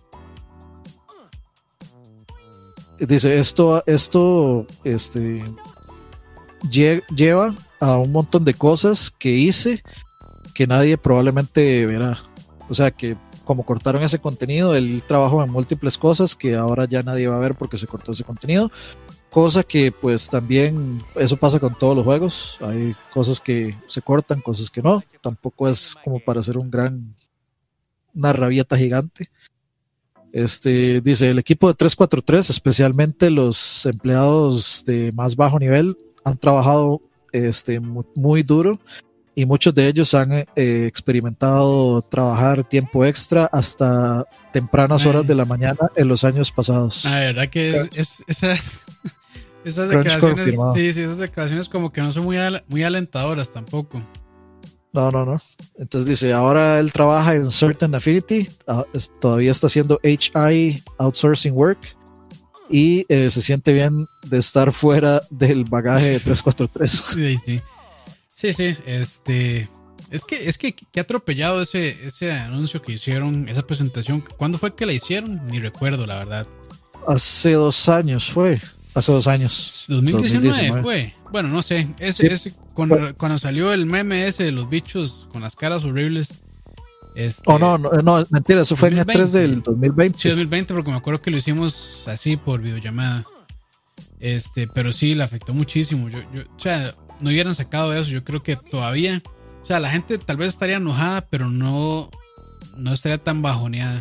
Dice, esto, esto, este, lle- lleva a un montón de cosas que hice que nadie probablemente verá. O sea que como cortaron ese contenido, él trabajó en múltiples cosas que ahora ya nadie va a ver porque se cortó ese contenido. Cosa que pues también eso pasa con todos los juegos. Hay cosas que se cortan, cosas que no. Tampoco es como para hacer un gran, una rabieta gigante. Este, dice, el equipo de trescientos cuarenta y tres, especialmente los empleados de más bajo nivel, han trabajado este, muy, muy duro y muchos de ellos han eh, experimentado trabajar tiempo extra hasta tempranas horas de la mañana en los años pasados. La verdad que es, es esa, esas Crunch declaraciones, confirmado. sí, sí, esas declaraciones como que no son muy, al, muy alentadoras tampoco. No, no, no. Entonces dice, ahora él trabaja en Certain Affinity, uh, es, todavía está haciendo H I outsourcing work y eh, se siente bien de estar fuera del bagaje de trescientos cuarenta y tres. Sí, sí. Sí, sí, este... Es que, es que, que atropellado ese, ese anuncio que hicieron, esa presentación. ¿Cuándo fue que la hicieron? Ni recuerdo, la verdad. Hace dos años fue. Hace dos años. dos mil diecinueve, dos mil diecinueve fue. Bueno, no sé. Ese, sí. ese, cuando, cuando salió el meme ese de los bichos con las caras horribles. Este, oh, no, no, no, mentira, eso fue en el tres del dos mil veinte. Sí, dos mil veinte, porque me acuerdo que lo hicimos así por videollamada. Este, pero sí, le afectó muchísimo. Yo, yo, o sea, no hubieran sacado eso. Yo creo que todavía, o sea, la gente tal vez estaría enojada, pero no, no estaría tan bajoneada.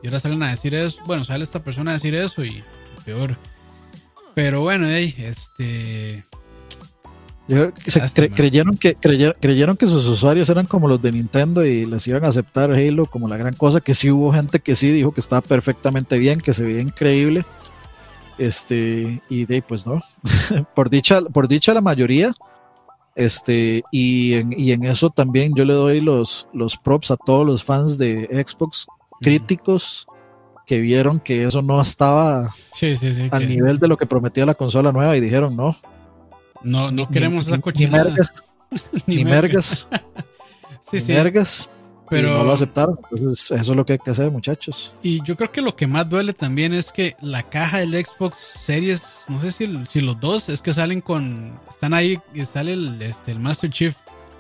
Y ahora salen a decir eso. Bueno, sale esta persona a decir eso y, y peor. Pero bueno, hey, este. Yo creo que se cre creyeron, que, creyeron, creyeron que sus usuarios eran como los de Nintendo y les iban a aceptar Halo como la gran cosa, que sí hubo gente que sí dijo que estaba perfectamente bien, que se veía increíble. Este, y de ahí pues no. por dicha, por dicha la mayoría. Este, y en, y en eso también yo le doy los, los props a todos los fans de Xbox críticos que vieron que eso no estaba sí, sí, sí, al que... nivel de lo que prometía la consola nueva y dijeron no. No, no queremos ni, esa cochinada. Ni mergas. ni, ni mergas. sí, ni sí. mergas. Pero no lo aceptaron. Entonces, eso es lo que hay que hacer, muchachos. Y yo creo que lo que más duele también es que la caja del Xbox Series, no sé si, si los dos, es que salen con. Están ahí y sale el, este, el Master Chief.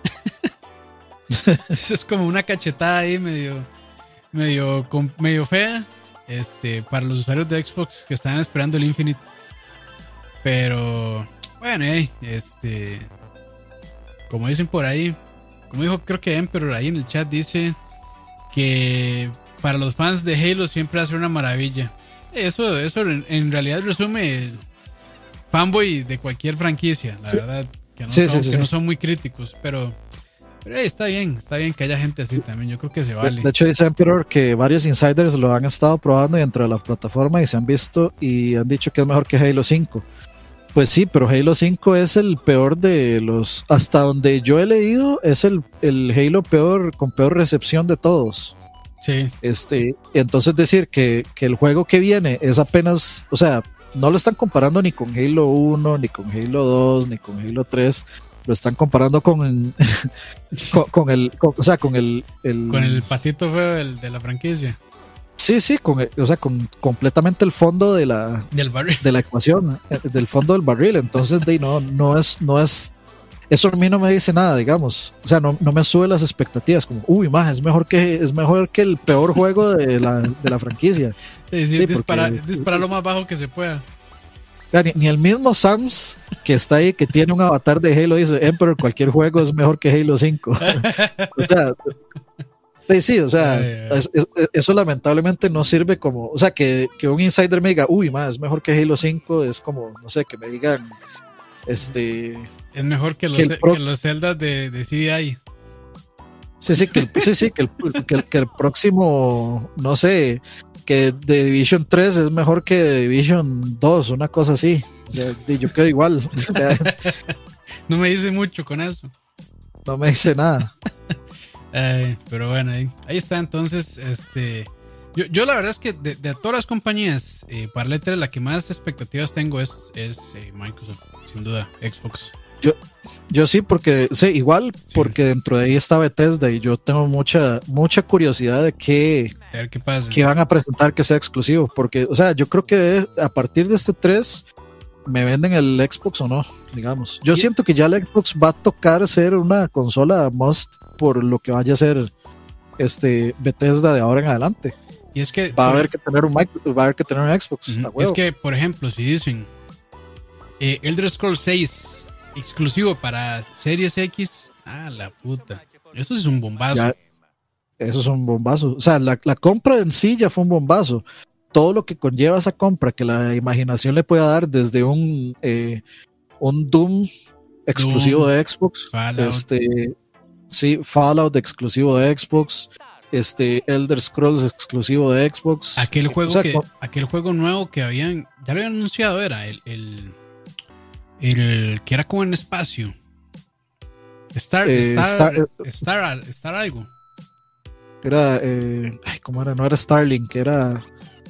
Es como una cachetada ahí medio. Medio, medio fea. Este, para los usuarios de Xbox que estaban esperando el Infinite. Pero. Bueno, hey, este. Como dicen por ahí. Como dijo, creo que Emperor ahí en el chat dice que para los fans de Halo siempre hace una maravilla. Eso, eso en, en realidad resume el fanboy de cualquier franquicia, la sí. verdad. Que, no, sí, son, sí, sí, que no sí. son muy críticos, pero, pero hey, está bien, está bien que haya gente así también. Yo creo que se vale. De, de hecho, dice Emperor que varios insiders lo han estado probando dentro de la plataforma y se han visto y han dicho que es mejor que Halo cinco. Pues sí, pero Halo cinco es el peor de los... Hasta donde yo he leído, es el, el Halo peor con peor recepción de todos. Sí. Este, entonces decir que, que el juego que viene es apenas... O sea, no lo están comparando ni con Halo uno, ni con Halo dos, ni con Halo tres. Lo están comparando con... con, con el... Con, o sea, con el, el... Con el patito feo del, de la franquicia. Sí, sí, con, o sea, con completamente el fondo de la, del barril. de la ecuación, del fondo del barril. Entonces, de, no, no es, no es, eso a mí no me dice nada, digamos. O sea, no, no me sube las expectativas. Como, uy, más, es mejor que, es mejor que el peor juego de la, de la franquicia. Sí, sí, sí, dispara, porque, dispara lo más bajo que se pueda. Ni, ni el mismo Sams que está ahí, que tiene un avatar de Halo, dice, Emperor, cualquier juego es mejor que Halo cinco. O sea. Sí, sí, o sea, ay, ay. Es, es, eso lamentablemente no sirve como, o sea, que, que un insider me diga, uy, más, es mejor que Halo cinco, es como, no sé, que me digan, este... Es mejor que los, que pro... que los Zeldas de, de C D I. Sí, sí, que el, sí, sí, que el, que, el, que el próximo, no sé, que The Division tres es mejor que The Division dos, una cosa así, o sea, yo quedo igual. No me dice mucho con eso. No me dice nada. Eh, pero bueno, ahí, ahí está. Entonces, este yo, yo la verdad es que de, de todas las compañías, eh, para la E tres, la que más expectativas tengo es, es eh, Microsoft, sin duda, Xbox. Yo, yo sí, porque sí, igual, sí. Porque dentro de ahí está Bethesda y yo tengo mucha, mucha curiosidad de qué, a ver qué pasa, qué van a presentar que sea exclusivo. Porque, o sea, yo creo que a partir de este tres me venden el Xbox o no, digamos. Yo ¿Sí? siento que ya el Xbox va a tocar ser una consola must por lo que vaya a ser este Bethesda de ahora en adelante. Y es que va a haber que tener un micro, va a haber que tener un Xbox. Uh-huh. Es que, por ejemplo, si dicen eh, Elder Scrolls seis exclusivo para Series X, ah, la puta. Eso es un bombazo. Ya, eso es un bombazo. O sea, la, la compra en sí ya fue un bombazo. Todo lo que conlleva esa compra, que la imaginación le pueda dar desde un, eh, un Doom exclusivo Doom, de Xbox, Fallout. este, sí, Fallout exclusivo de Xbox, este, Elder Scrolls exclusivo de Xbox. Aquel juego, o sea, que, con... aquel juego nuevo que habían, ya lo habían anunciado, era el, el, el que era como en espacio. Star, eh, Star, Star, Star, Star, Star algo. Era, eh, ay, ¿cómo era? No era Starlink, era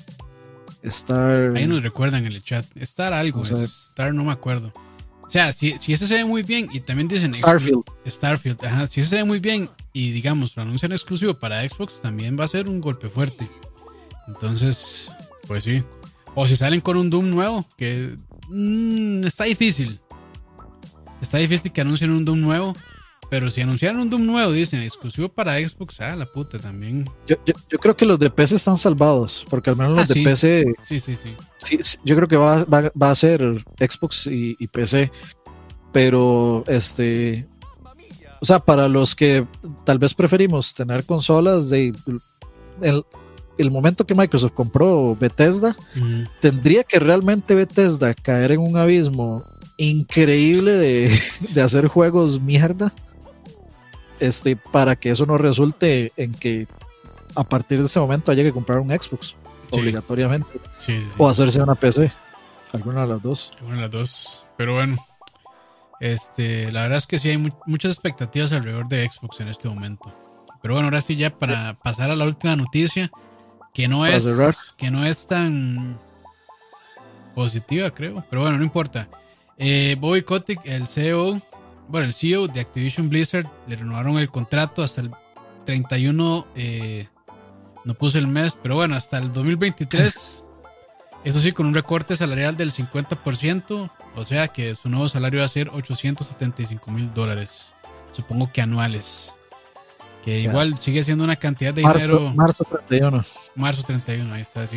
Star. Ahí nos recuerdan en el chat. Star algo, o sea, Star no me acuerdo. O sea, si, si eso se ve muy bien y también dicen Starfield. Starfield, ajá, si eso se ve muy bien y digamos lo anuncian exclusivo para Xbox, también va a ser un golpe fuerte. Entonces, pues sí. O si salen con un Doom nuevo, que mmm, está difícil. Está difícil que anuncien un Doom nuevo. Pero si anunciaron un Doom nuevo, dicen exclusivo para Xbox, ah, la puta también. Yo, yo, yo creo que los de P C están salvados, porque al menos los ah, de sí. P C. Sí, sí, sí. sí, sí yo creo que va, va, va a ser Xbox y, y P C. Pero, este. O sea, para los que tal vez preferimos tener consolas, de. El, el momento que Microsoft compró Bethesda, uh-huh. tendría que realmente Bethesda caer en un abismo increíble de, de hacer juegos mierda, este, para que eso no resulte en que a partir de ese momento haya que comprar un Xbox, sí. obligatoriamente, sí, sí, sí. o hacerse una P C, alguna de las dos. Alguna de las dos, pero bueno, este, la verdad es que sí hay mu- muchas expectativas alrededor de Xbox en este momento. Pero bueno, ahora sí ya para pasar a la última noticia, que no es que no es tan positiva, creo, pero bueno, no importa. Eh, Bobby Kotick, el C E O, bueno, el C E O de Activision Blizzard, le renovaron el contrato hasta el treinta y uno, eh, no puse el mes, pero bueno, hasta el dos mil veintitrés. Eso sí, con un recorte salarial del cincuenta por ciento, o sea que su nuevo salario va a ser ochocientos setenta y cinco mil dólares, supongo que anuales. Que igual sigue siendo una cantidad de marzo, dinero. Marzo treinta y uno. Marzo treinta y uno, ahí está, sí.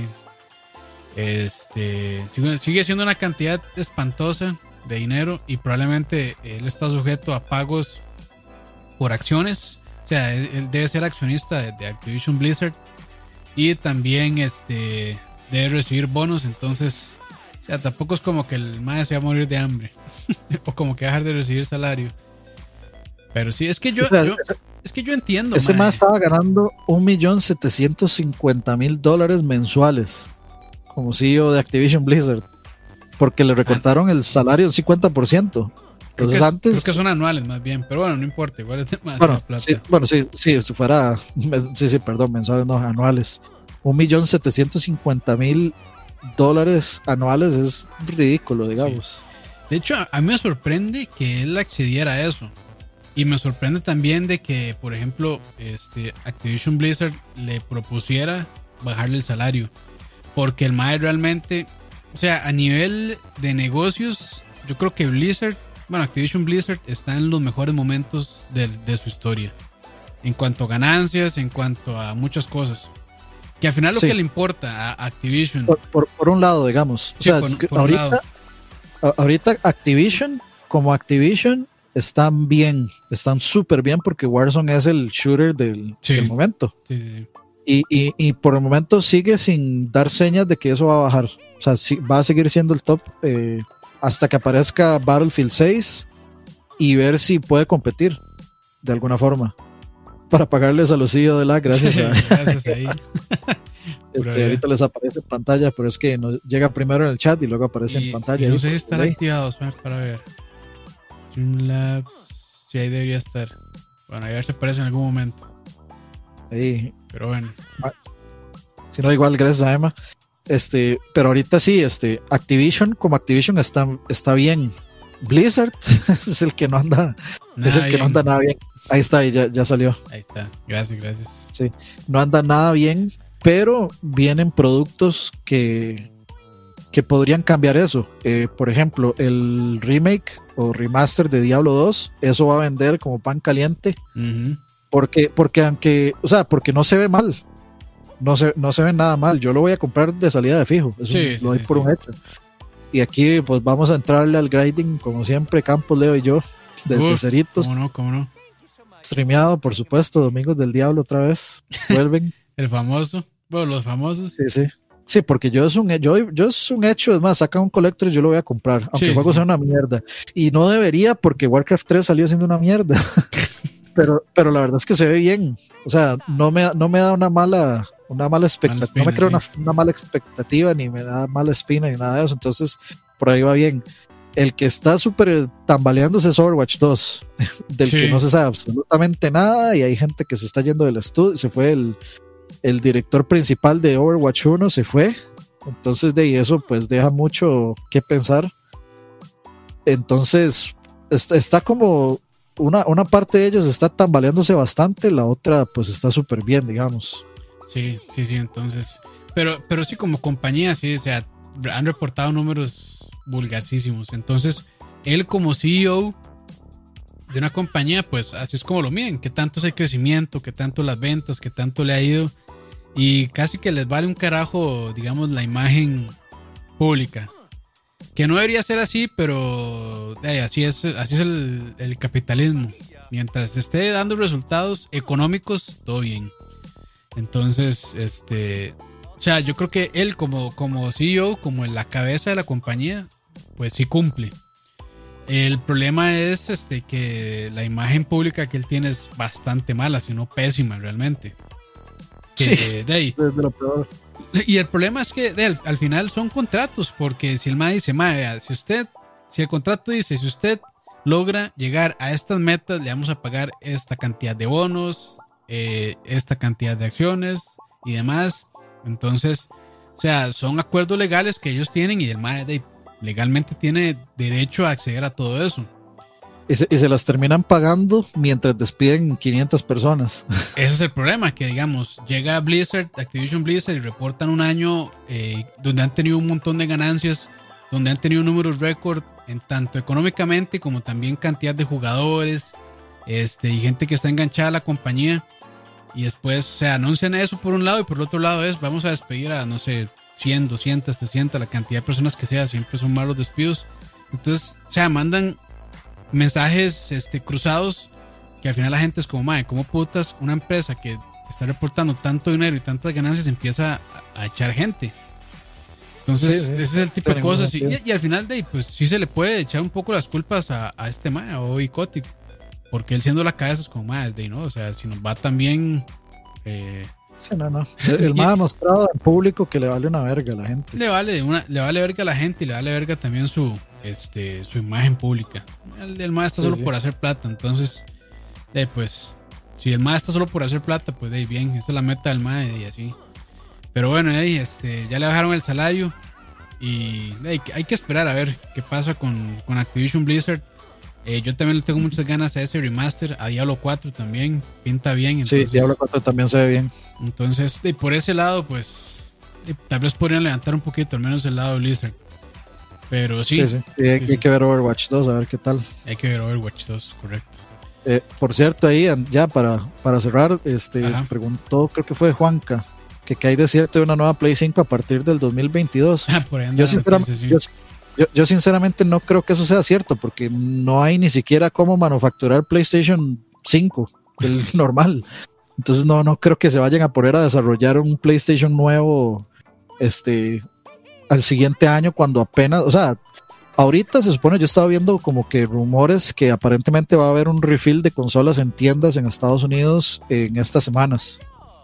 Este, sigue, sigue siendo una cantidad espantosa de dinero y probablemente él está sujeto a pagos por acciones. O sea, él, él debe ser accionista de, de Activision Blizzard y también este, debe recibir bonos. Entonces, o sea, tampoco es como que el mae se va a morir de hambre o como que va a dejar de recibir salario. Pero sí, es que yo, o sea, yo es que yo entiendo. Ese más estaba ganando un millón setecientos cincuenta mil dólares mensuales como C E O de Activision Blizzard, porque le recortaron ah. el salario un cincuenta por ciento. Entonces creo que, antes. Creo que son anuales más bien, pero bueno, no importa, igual es demasiada bueno, plata. Sí, bueno, sí, sí, si fuera. Sí, sí, perdón, mensuales, no, anuales. un millón setecientos cincuenta mil dólares anuales es ridículo, digamos. Sí. De hecho, a, a mí me sorprende que él accediera a eso. Y me sorprende también de que, por ejemplo, este Activision Blizzard le propusiera bajarle el salario. Porque el M A E realmente, o sea, a nivel de negocios, yo creo que Blizzard, bueno, Activision Blizzard está en los mejores momentos de, de su historia. En cuanto a ganancias, en cuanto a muchas cosas. Que al final lo sí. que le importa a Activision. Por, por, por un lado, digamos. Sí, o sea, por, por ahorita, un lado. ahorita Activision, como Activision, están bien, están súper bien porque Warzone es el shooter del, sí. del momento. Sí, sí, sí. Y, y, y por el momento sigue sin dar señas de que eso va a bajar. O sea, sí, va a seguir siendo el top eh, hasta que aparezca Battlefield seis y ver si puede competir de alguna forma. Para pagarles a los C E O de la gracias a, gracias ahí. este, ahorita les aparece en pantalla, pero es que nos llega primero en el chat y luego aparece y, en pantalla. Y no ahí, sé si estará ahí. activado, para ver. Streamlabs, sí, ahí debería estar. Bueno, a ver si aparece en algún momento. Ahí. Pero bueno. Si no, igual, gracias a Emma. Este, pero ahorita sí, este, Activision, como Activision está, está bien. Blizzard es el que no anda, nada es el que bien. no anda nada bien. Ahí está, ahí ya, ya salió. Ahí está, gracias, gracias. Sí, no anda nada bien, pero vienen productos que, que podrían cambiar eso. Eh, por ejemplo, el remake o remaster de Diablo dos, eso va a vender como pan caliente. Uh-huh. Porque, porque aunque, o sea, porque no se ve mal. No se, no se ve nada mal. Yo lo voy a comprar de salida de fijo. Eso sí, lo sí, doy sí, por sí. un hecho. Y aquí pues vamos a entrarle al grinding, como siempre, Campos, Leo y yo, desde Uf, Ceritos. ¿Cómo no? ¿Cómo no? Streameado, por supuesto, Domingos del Diablo otra vez. Vuelven. El famoso. Bueno, los famosos. Sí, sí. Sí, porque yo es un yo, yo es un hecho, es más, saca un collector y yo lo voy a comprar, aunque sí, el juego sí. sea una mierda. Y no debería, porque Warcraft tres salió siendo una mierda. pero, pero la verdad es que se ve bien. O sea, no me, no me da una mala, una mala expectativa, no me creo sí. una, una mala expectativa, ni me da mala espina, ni nada de eso. Entonces, por ahí va bien. El que está súper tambaleándose es Overwatch dos, del sí. que no se sabe absolutamente nada, y hay gente que se está yendo del estudio. Se fue el, el director principal de Overwatch uno, se fue. Entonces, de eso pues deja mucho que pensar. Entonces, está, está como una, una parte de ellos está tambaleándose bastante, la otra pues está súper bien, digamos. Sí, sí, sí, entonces. Pero, pero sí, como compañía, sí, o sea, han reportado números vulgarcísimos. Entonces, él como C E O de una compañía, pues así es como lo miden, qué tanto es el crecimiento, qué tanto las ventas, qué tanto le ha ido, y casi que les vale un carajo, digamos, la imagen pública, que no debería ser así, pero eh, así es, así es el, el capitalismo. Mientras esté dando resultados económicos, todo bien. Entonces, este, o sea, yo creo que él como, como C E O, como en la cabeza de la compañía, pues sí cumple. El problema es este que la imagen pública que él tiene es bastante mala, sino pésima realmente. Que, Sí, de ahí, desde lo peor. y el problema es que de, al, al final son contratos, porque si el M A dice, M A, vea, si usted, si el contrato dice, si usted logra llegar a estas metas, le vamos a pagar esta cantidad de bonos, eh, esta cantidad de acciones y demás. Entonces, o sea, son acuerdos legales que ellos tienen y el M A de, legalmente tiene derecho a acceder a todo eso. Y se, y se las terminan pagando mientras despiden quinientas personas. Ese es el problema, que digamos, llega Blizzard, Activision Blizzard y reportan un año eh, donde han tenido un montón de ganancias, donde han tenido números récord en tanto económicamente como también cantidad de jugadores, este, y gente que está enganchada a la compañía, y después se anuncian eso por un lado y por el otro lado es, vamos a despedir a, no sé, cien, doscientas, trescientas, la cantidad de personas que sea, siempre son malos despidos. Entonces, o sea, mandan mensajes este, cruzados que al final la gente es como, madre, ¿cómo putas una empresa que está reportando tanto dinero y tantas ganancias empieza a, a echar gente? Entonces, sí, sí, ese es el tipo de cosas. Y, y, y al final, de ahí, pues sí se le puede echar un poco las culpas a, a este mae, a Bobby Kotick, porque él siendo la cabeza es como, madre, de, ¿no? O sea, si nos va tan bien. Eh, sí, no, no. El, el mae ha mostrado al público que le vale una verga a la gente. Le vale, una, le vale verga a la gente y le vale verga también su. Este, su imagen pública. El del mae está sí, solo sí. por hacer plata. Entonces, eh, pues, si el mae está solo por hacer plata, pues de bien, esta es la meta del mae y así. Pero bueno, eh, este, ya le bajaron el salario y eh, hay que esperar a ver qué pasa con, con Activision Blizzard. Eh, yo también le tengo muchas ganas a ese remaster, a Diablo cuatro también, pinta bien. Entonces, sí, Diablo cuatro también se ve bien. Entonces, eh, por ese lado, pues, eh, tal vez podrían levantar un poquito, al menos el lado de Blizzard. Pero sí. Sí, sí. Y hay, sí, hay que ver Overwatch dos, a ver qué tal. Hay que ver Overwatch dos, correcto. Eh, por cierto, ahí ya para, para cerrar, este Ajá. preguntó, creo que fue Juanca, que qué hay de cierto de una nueva Play cinco a partir del dos mil veintidós. Ah, por ahí yo, sinceramente, sí. yo, yo, yo sinceramente no creo que eso sea cierto, porque no hay ni siquiera cómo manufacturar PlayStation cinco, el normal. Entonces no, no creo que se vayan a poner a desarrollar un PlayStation nuevo este al siguiente año cuando apenas, o sea, ahorita se supone, yo estaba viendo como que rumores que aparentemente va a haber un refill de consolas en tiendas en Estados Unidos en estas semanas.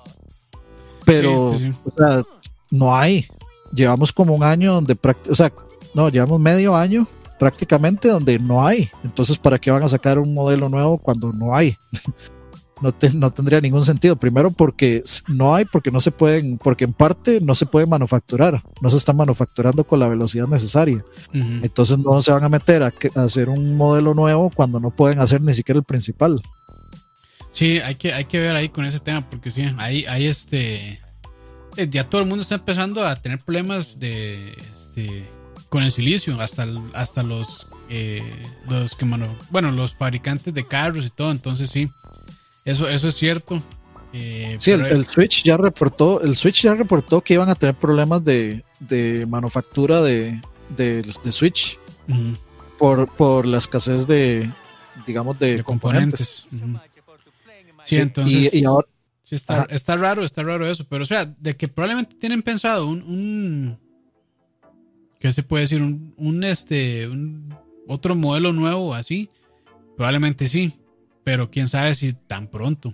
Pero, sí, sí, sí. o sea, no hay. Llevamos como un año donde, o sea, no, llevamos medio año prácticamente donde no hay. Entonces, ¿para qué van a sacar un modelo nuevo cuando no hay? No, te, no tendría ningún sentido. Primero porque no hay, porque no se pueden, porque en parte no se puede manufacturar, no se están manufacturando con la velocidad necesaria. Uh-huh. Entonces no se van a meter a, a hacer un modelo nuevo cuando no pueden hacer ni siquiera el principal. Sí, hay que, hay que ver ahí con ese tema, porque sí, hay, hay este, ya todo el mundo está empezando a tener problemas de, este, con el silicio, hasta, hasta los, eh, los que manu, bueno, los fabricantes de carros y todo. Entonces sí. Eso, eso es cierto. Eh, sí, el, el Switch ya reportó, el Switch ya reportó que iban a tener problemas de, de manufactura de, de, de Switch uh-huh. por, por la escasez de, digamos, de, de componentes. componentes. Uh-huh. Sí, sí, entonces y, y ahora, sí está, está raro, está raro eso, pero o sea, de que probablemente tienen pensado un, un ¿qué se puede decir? Un, un este, un otro modelo nuevo así, probablemente sí. Pero quién sabe si tan pronto.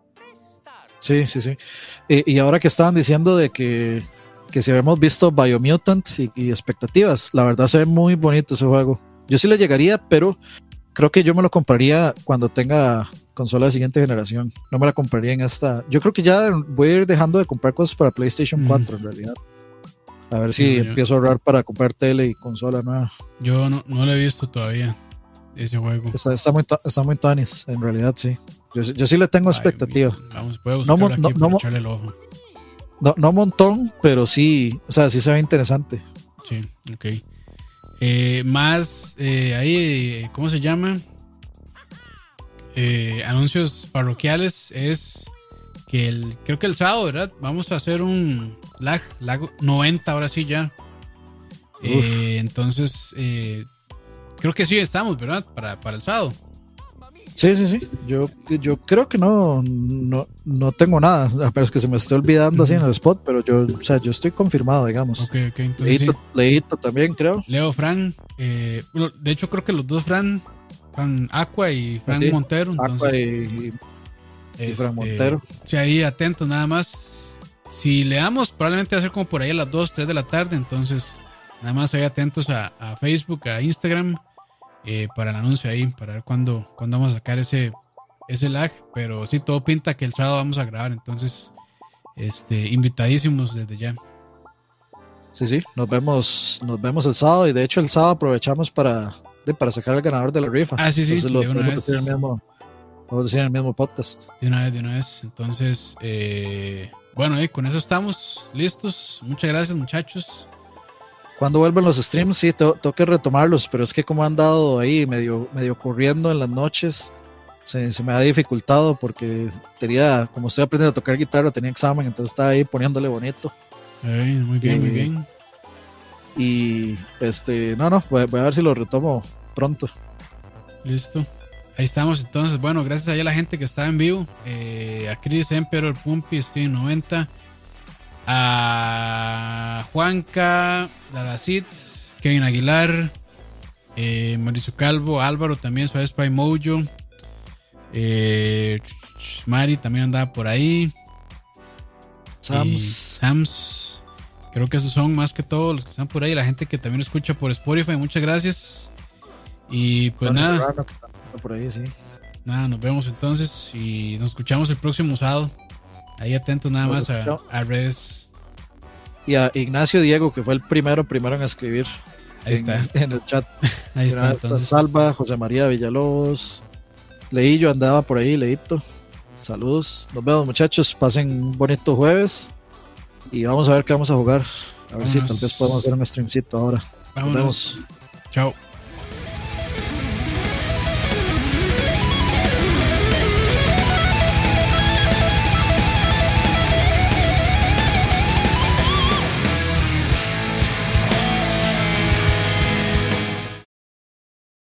Sí, sí, sí. Y, y ahora que estaban diciendo de que, que si habíamos visto Biomutant y, y expectativas, la verdad se ve muy bonito ese juego. Yo sí le llegaría, pero creo que yo me lo compraría cuando tenga consola de siguiente generación. No me la compraría en esta. Yo creo que ya voy a ir dejando de comprar cosas para PlayStation mm. cuatro en realidad. A ver si sí, empiezo yo, a ahorrar para comprar tele y consola nueva. Yo no, no lo he visto todavía. Ese juego está, está muy está muy tuanis, en realidad sí. Yo, yo sí le tengo Ay, expectativa. Vamos, puedo buscarlo no, aquí no, para no, echarle el ojo. No, no un montón, pero sí, o sea, sí se ve interesante. Sí, ok. Eh, más eh, ahí, ¿cómo se llama? Eh, anuncios parroquiales es que el, creo que el sábado, ¿verdad? Vamos a hacer un lag, lag noventa ahora sí ya. Eh, entonces, eh, creo que sí estamos, ¿verdad? Para, para el sábado. Sí, sí, sí. Yo, yo creo que no, no, no tengo nada, pero es que se me está olvidando uh-huh. así en el spot, pero yo, o sea, yo estoy confirmado, digamos. Ok, ok, entonces Leito, sí. Leito también, creo. Leo, Fran, eh, bueno, de hecho creo que los dos Fran, Fran Aqua y Fran sí, Montero. Entonces, Aqua y, y, este, y Fran Montero. Sí, ahí atentos nada más. Si le damos, probablemente va a ser como por ahí a las dos, tres de la tarde, entonces nada más ahí atentos a, a Facebook, a Instagram. Eh, para el anuncio ahí, para ver cuándo, cuándo vamos a sacar ese, ese lag, pero sí, todo pinta que el sábado vamos a grabar, entonces este, invitadísimos desde ya. Sí, sí, nos vemos, nos vemos el sábado, y de hecho el sábado aprovechamos para, de, para sacar al ganador de la rifa. Ah, sí, sí, entonces, lo de una vez. Decir el mismo, vamos a decir en el mismo podcast. De una vez, de una vez, entonces, eh, bueno, eh, con eso estamos listos, muchas gracias muchachos. Cuando vuelven los streams, sí, tengo, tengo que retomarlos, pero es que como han dado ahí medio, medio corriendo en las noches, se, se me ha dificultado porque tenía, como estoy aprendiendo a tocar guitarra, tenía examen, entonces estaba ahí poniéndole bonito. Ay, muy bien, y, muy bien. Y este, no, no, voy, voy a ver si lo retomo pronto. Listo. Ahí estamos entonces. Bueno, gracias a la gente que estaba en vivo, eh, a Chris, Emperor, Pumpy, Steven noventa, a Juanca, Dalacid, Kevin Aguilar, eh, Mauricio Calvo, Álvaro también, Suave Spy Mojo, eh, Mari también andaba por ahí, Sams. Sams, creo que esos son más que todos los que están por ahí, la gente que también escucha por Spotify, muchas gracias. Y pues Tony nada, Serrano, por ahí, sí. Nada, nos vemos entonces y nos escuchamos el próximo sábado. Ahí atentos nada más a, a redes. Y a Ignacio Diego, que fue el primero, primero en escribir. Ahí en, está. En el chat. Ahí está. Entonces. Salva, José María Villalobos. Leillo andaba por ahí, Leito. Saludos. Nos vemos, muchachos. Pasen un bonito jueves. Y vamos a ver qué vamos a jugar. A ver Vámonos. Si tal vez podemos hacer un streamcito ahora. Vámonos. Nos vemos. Chao.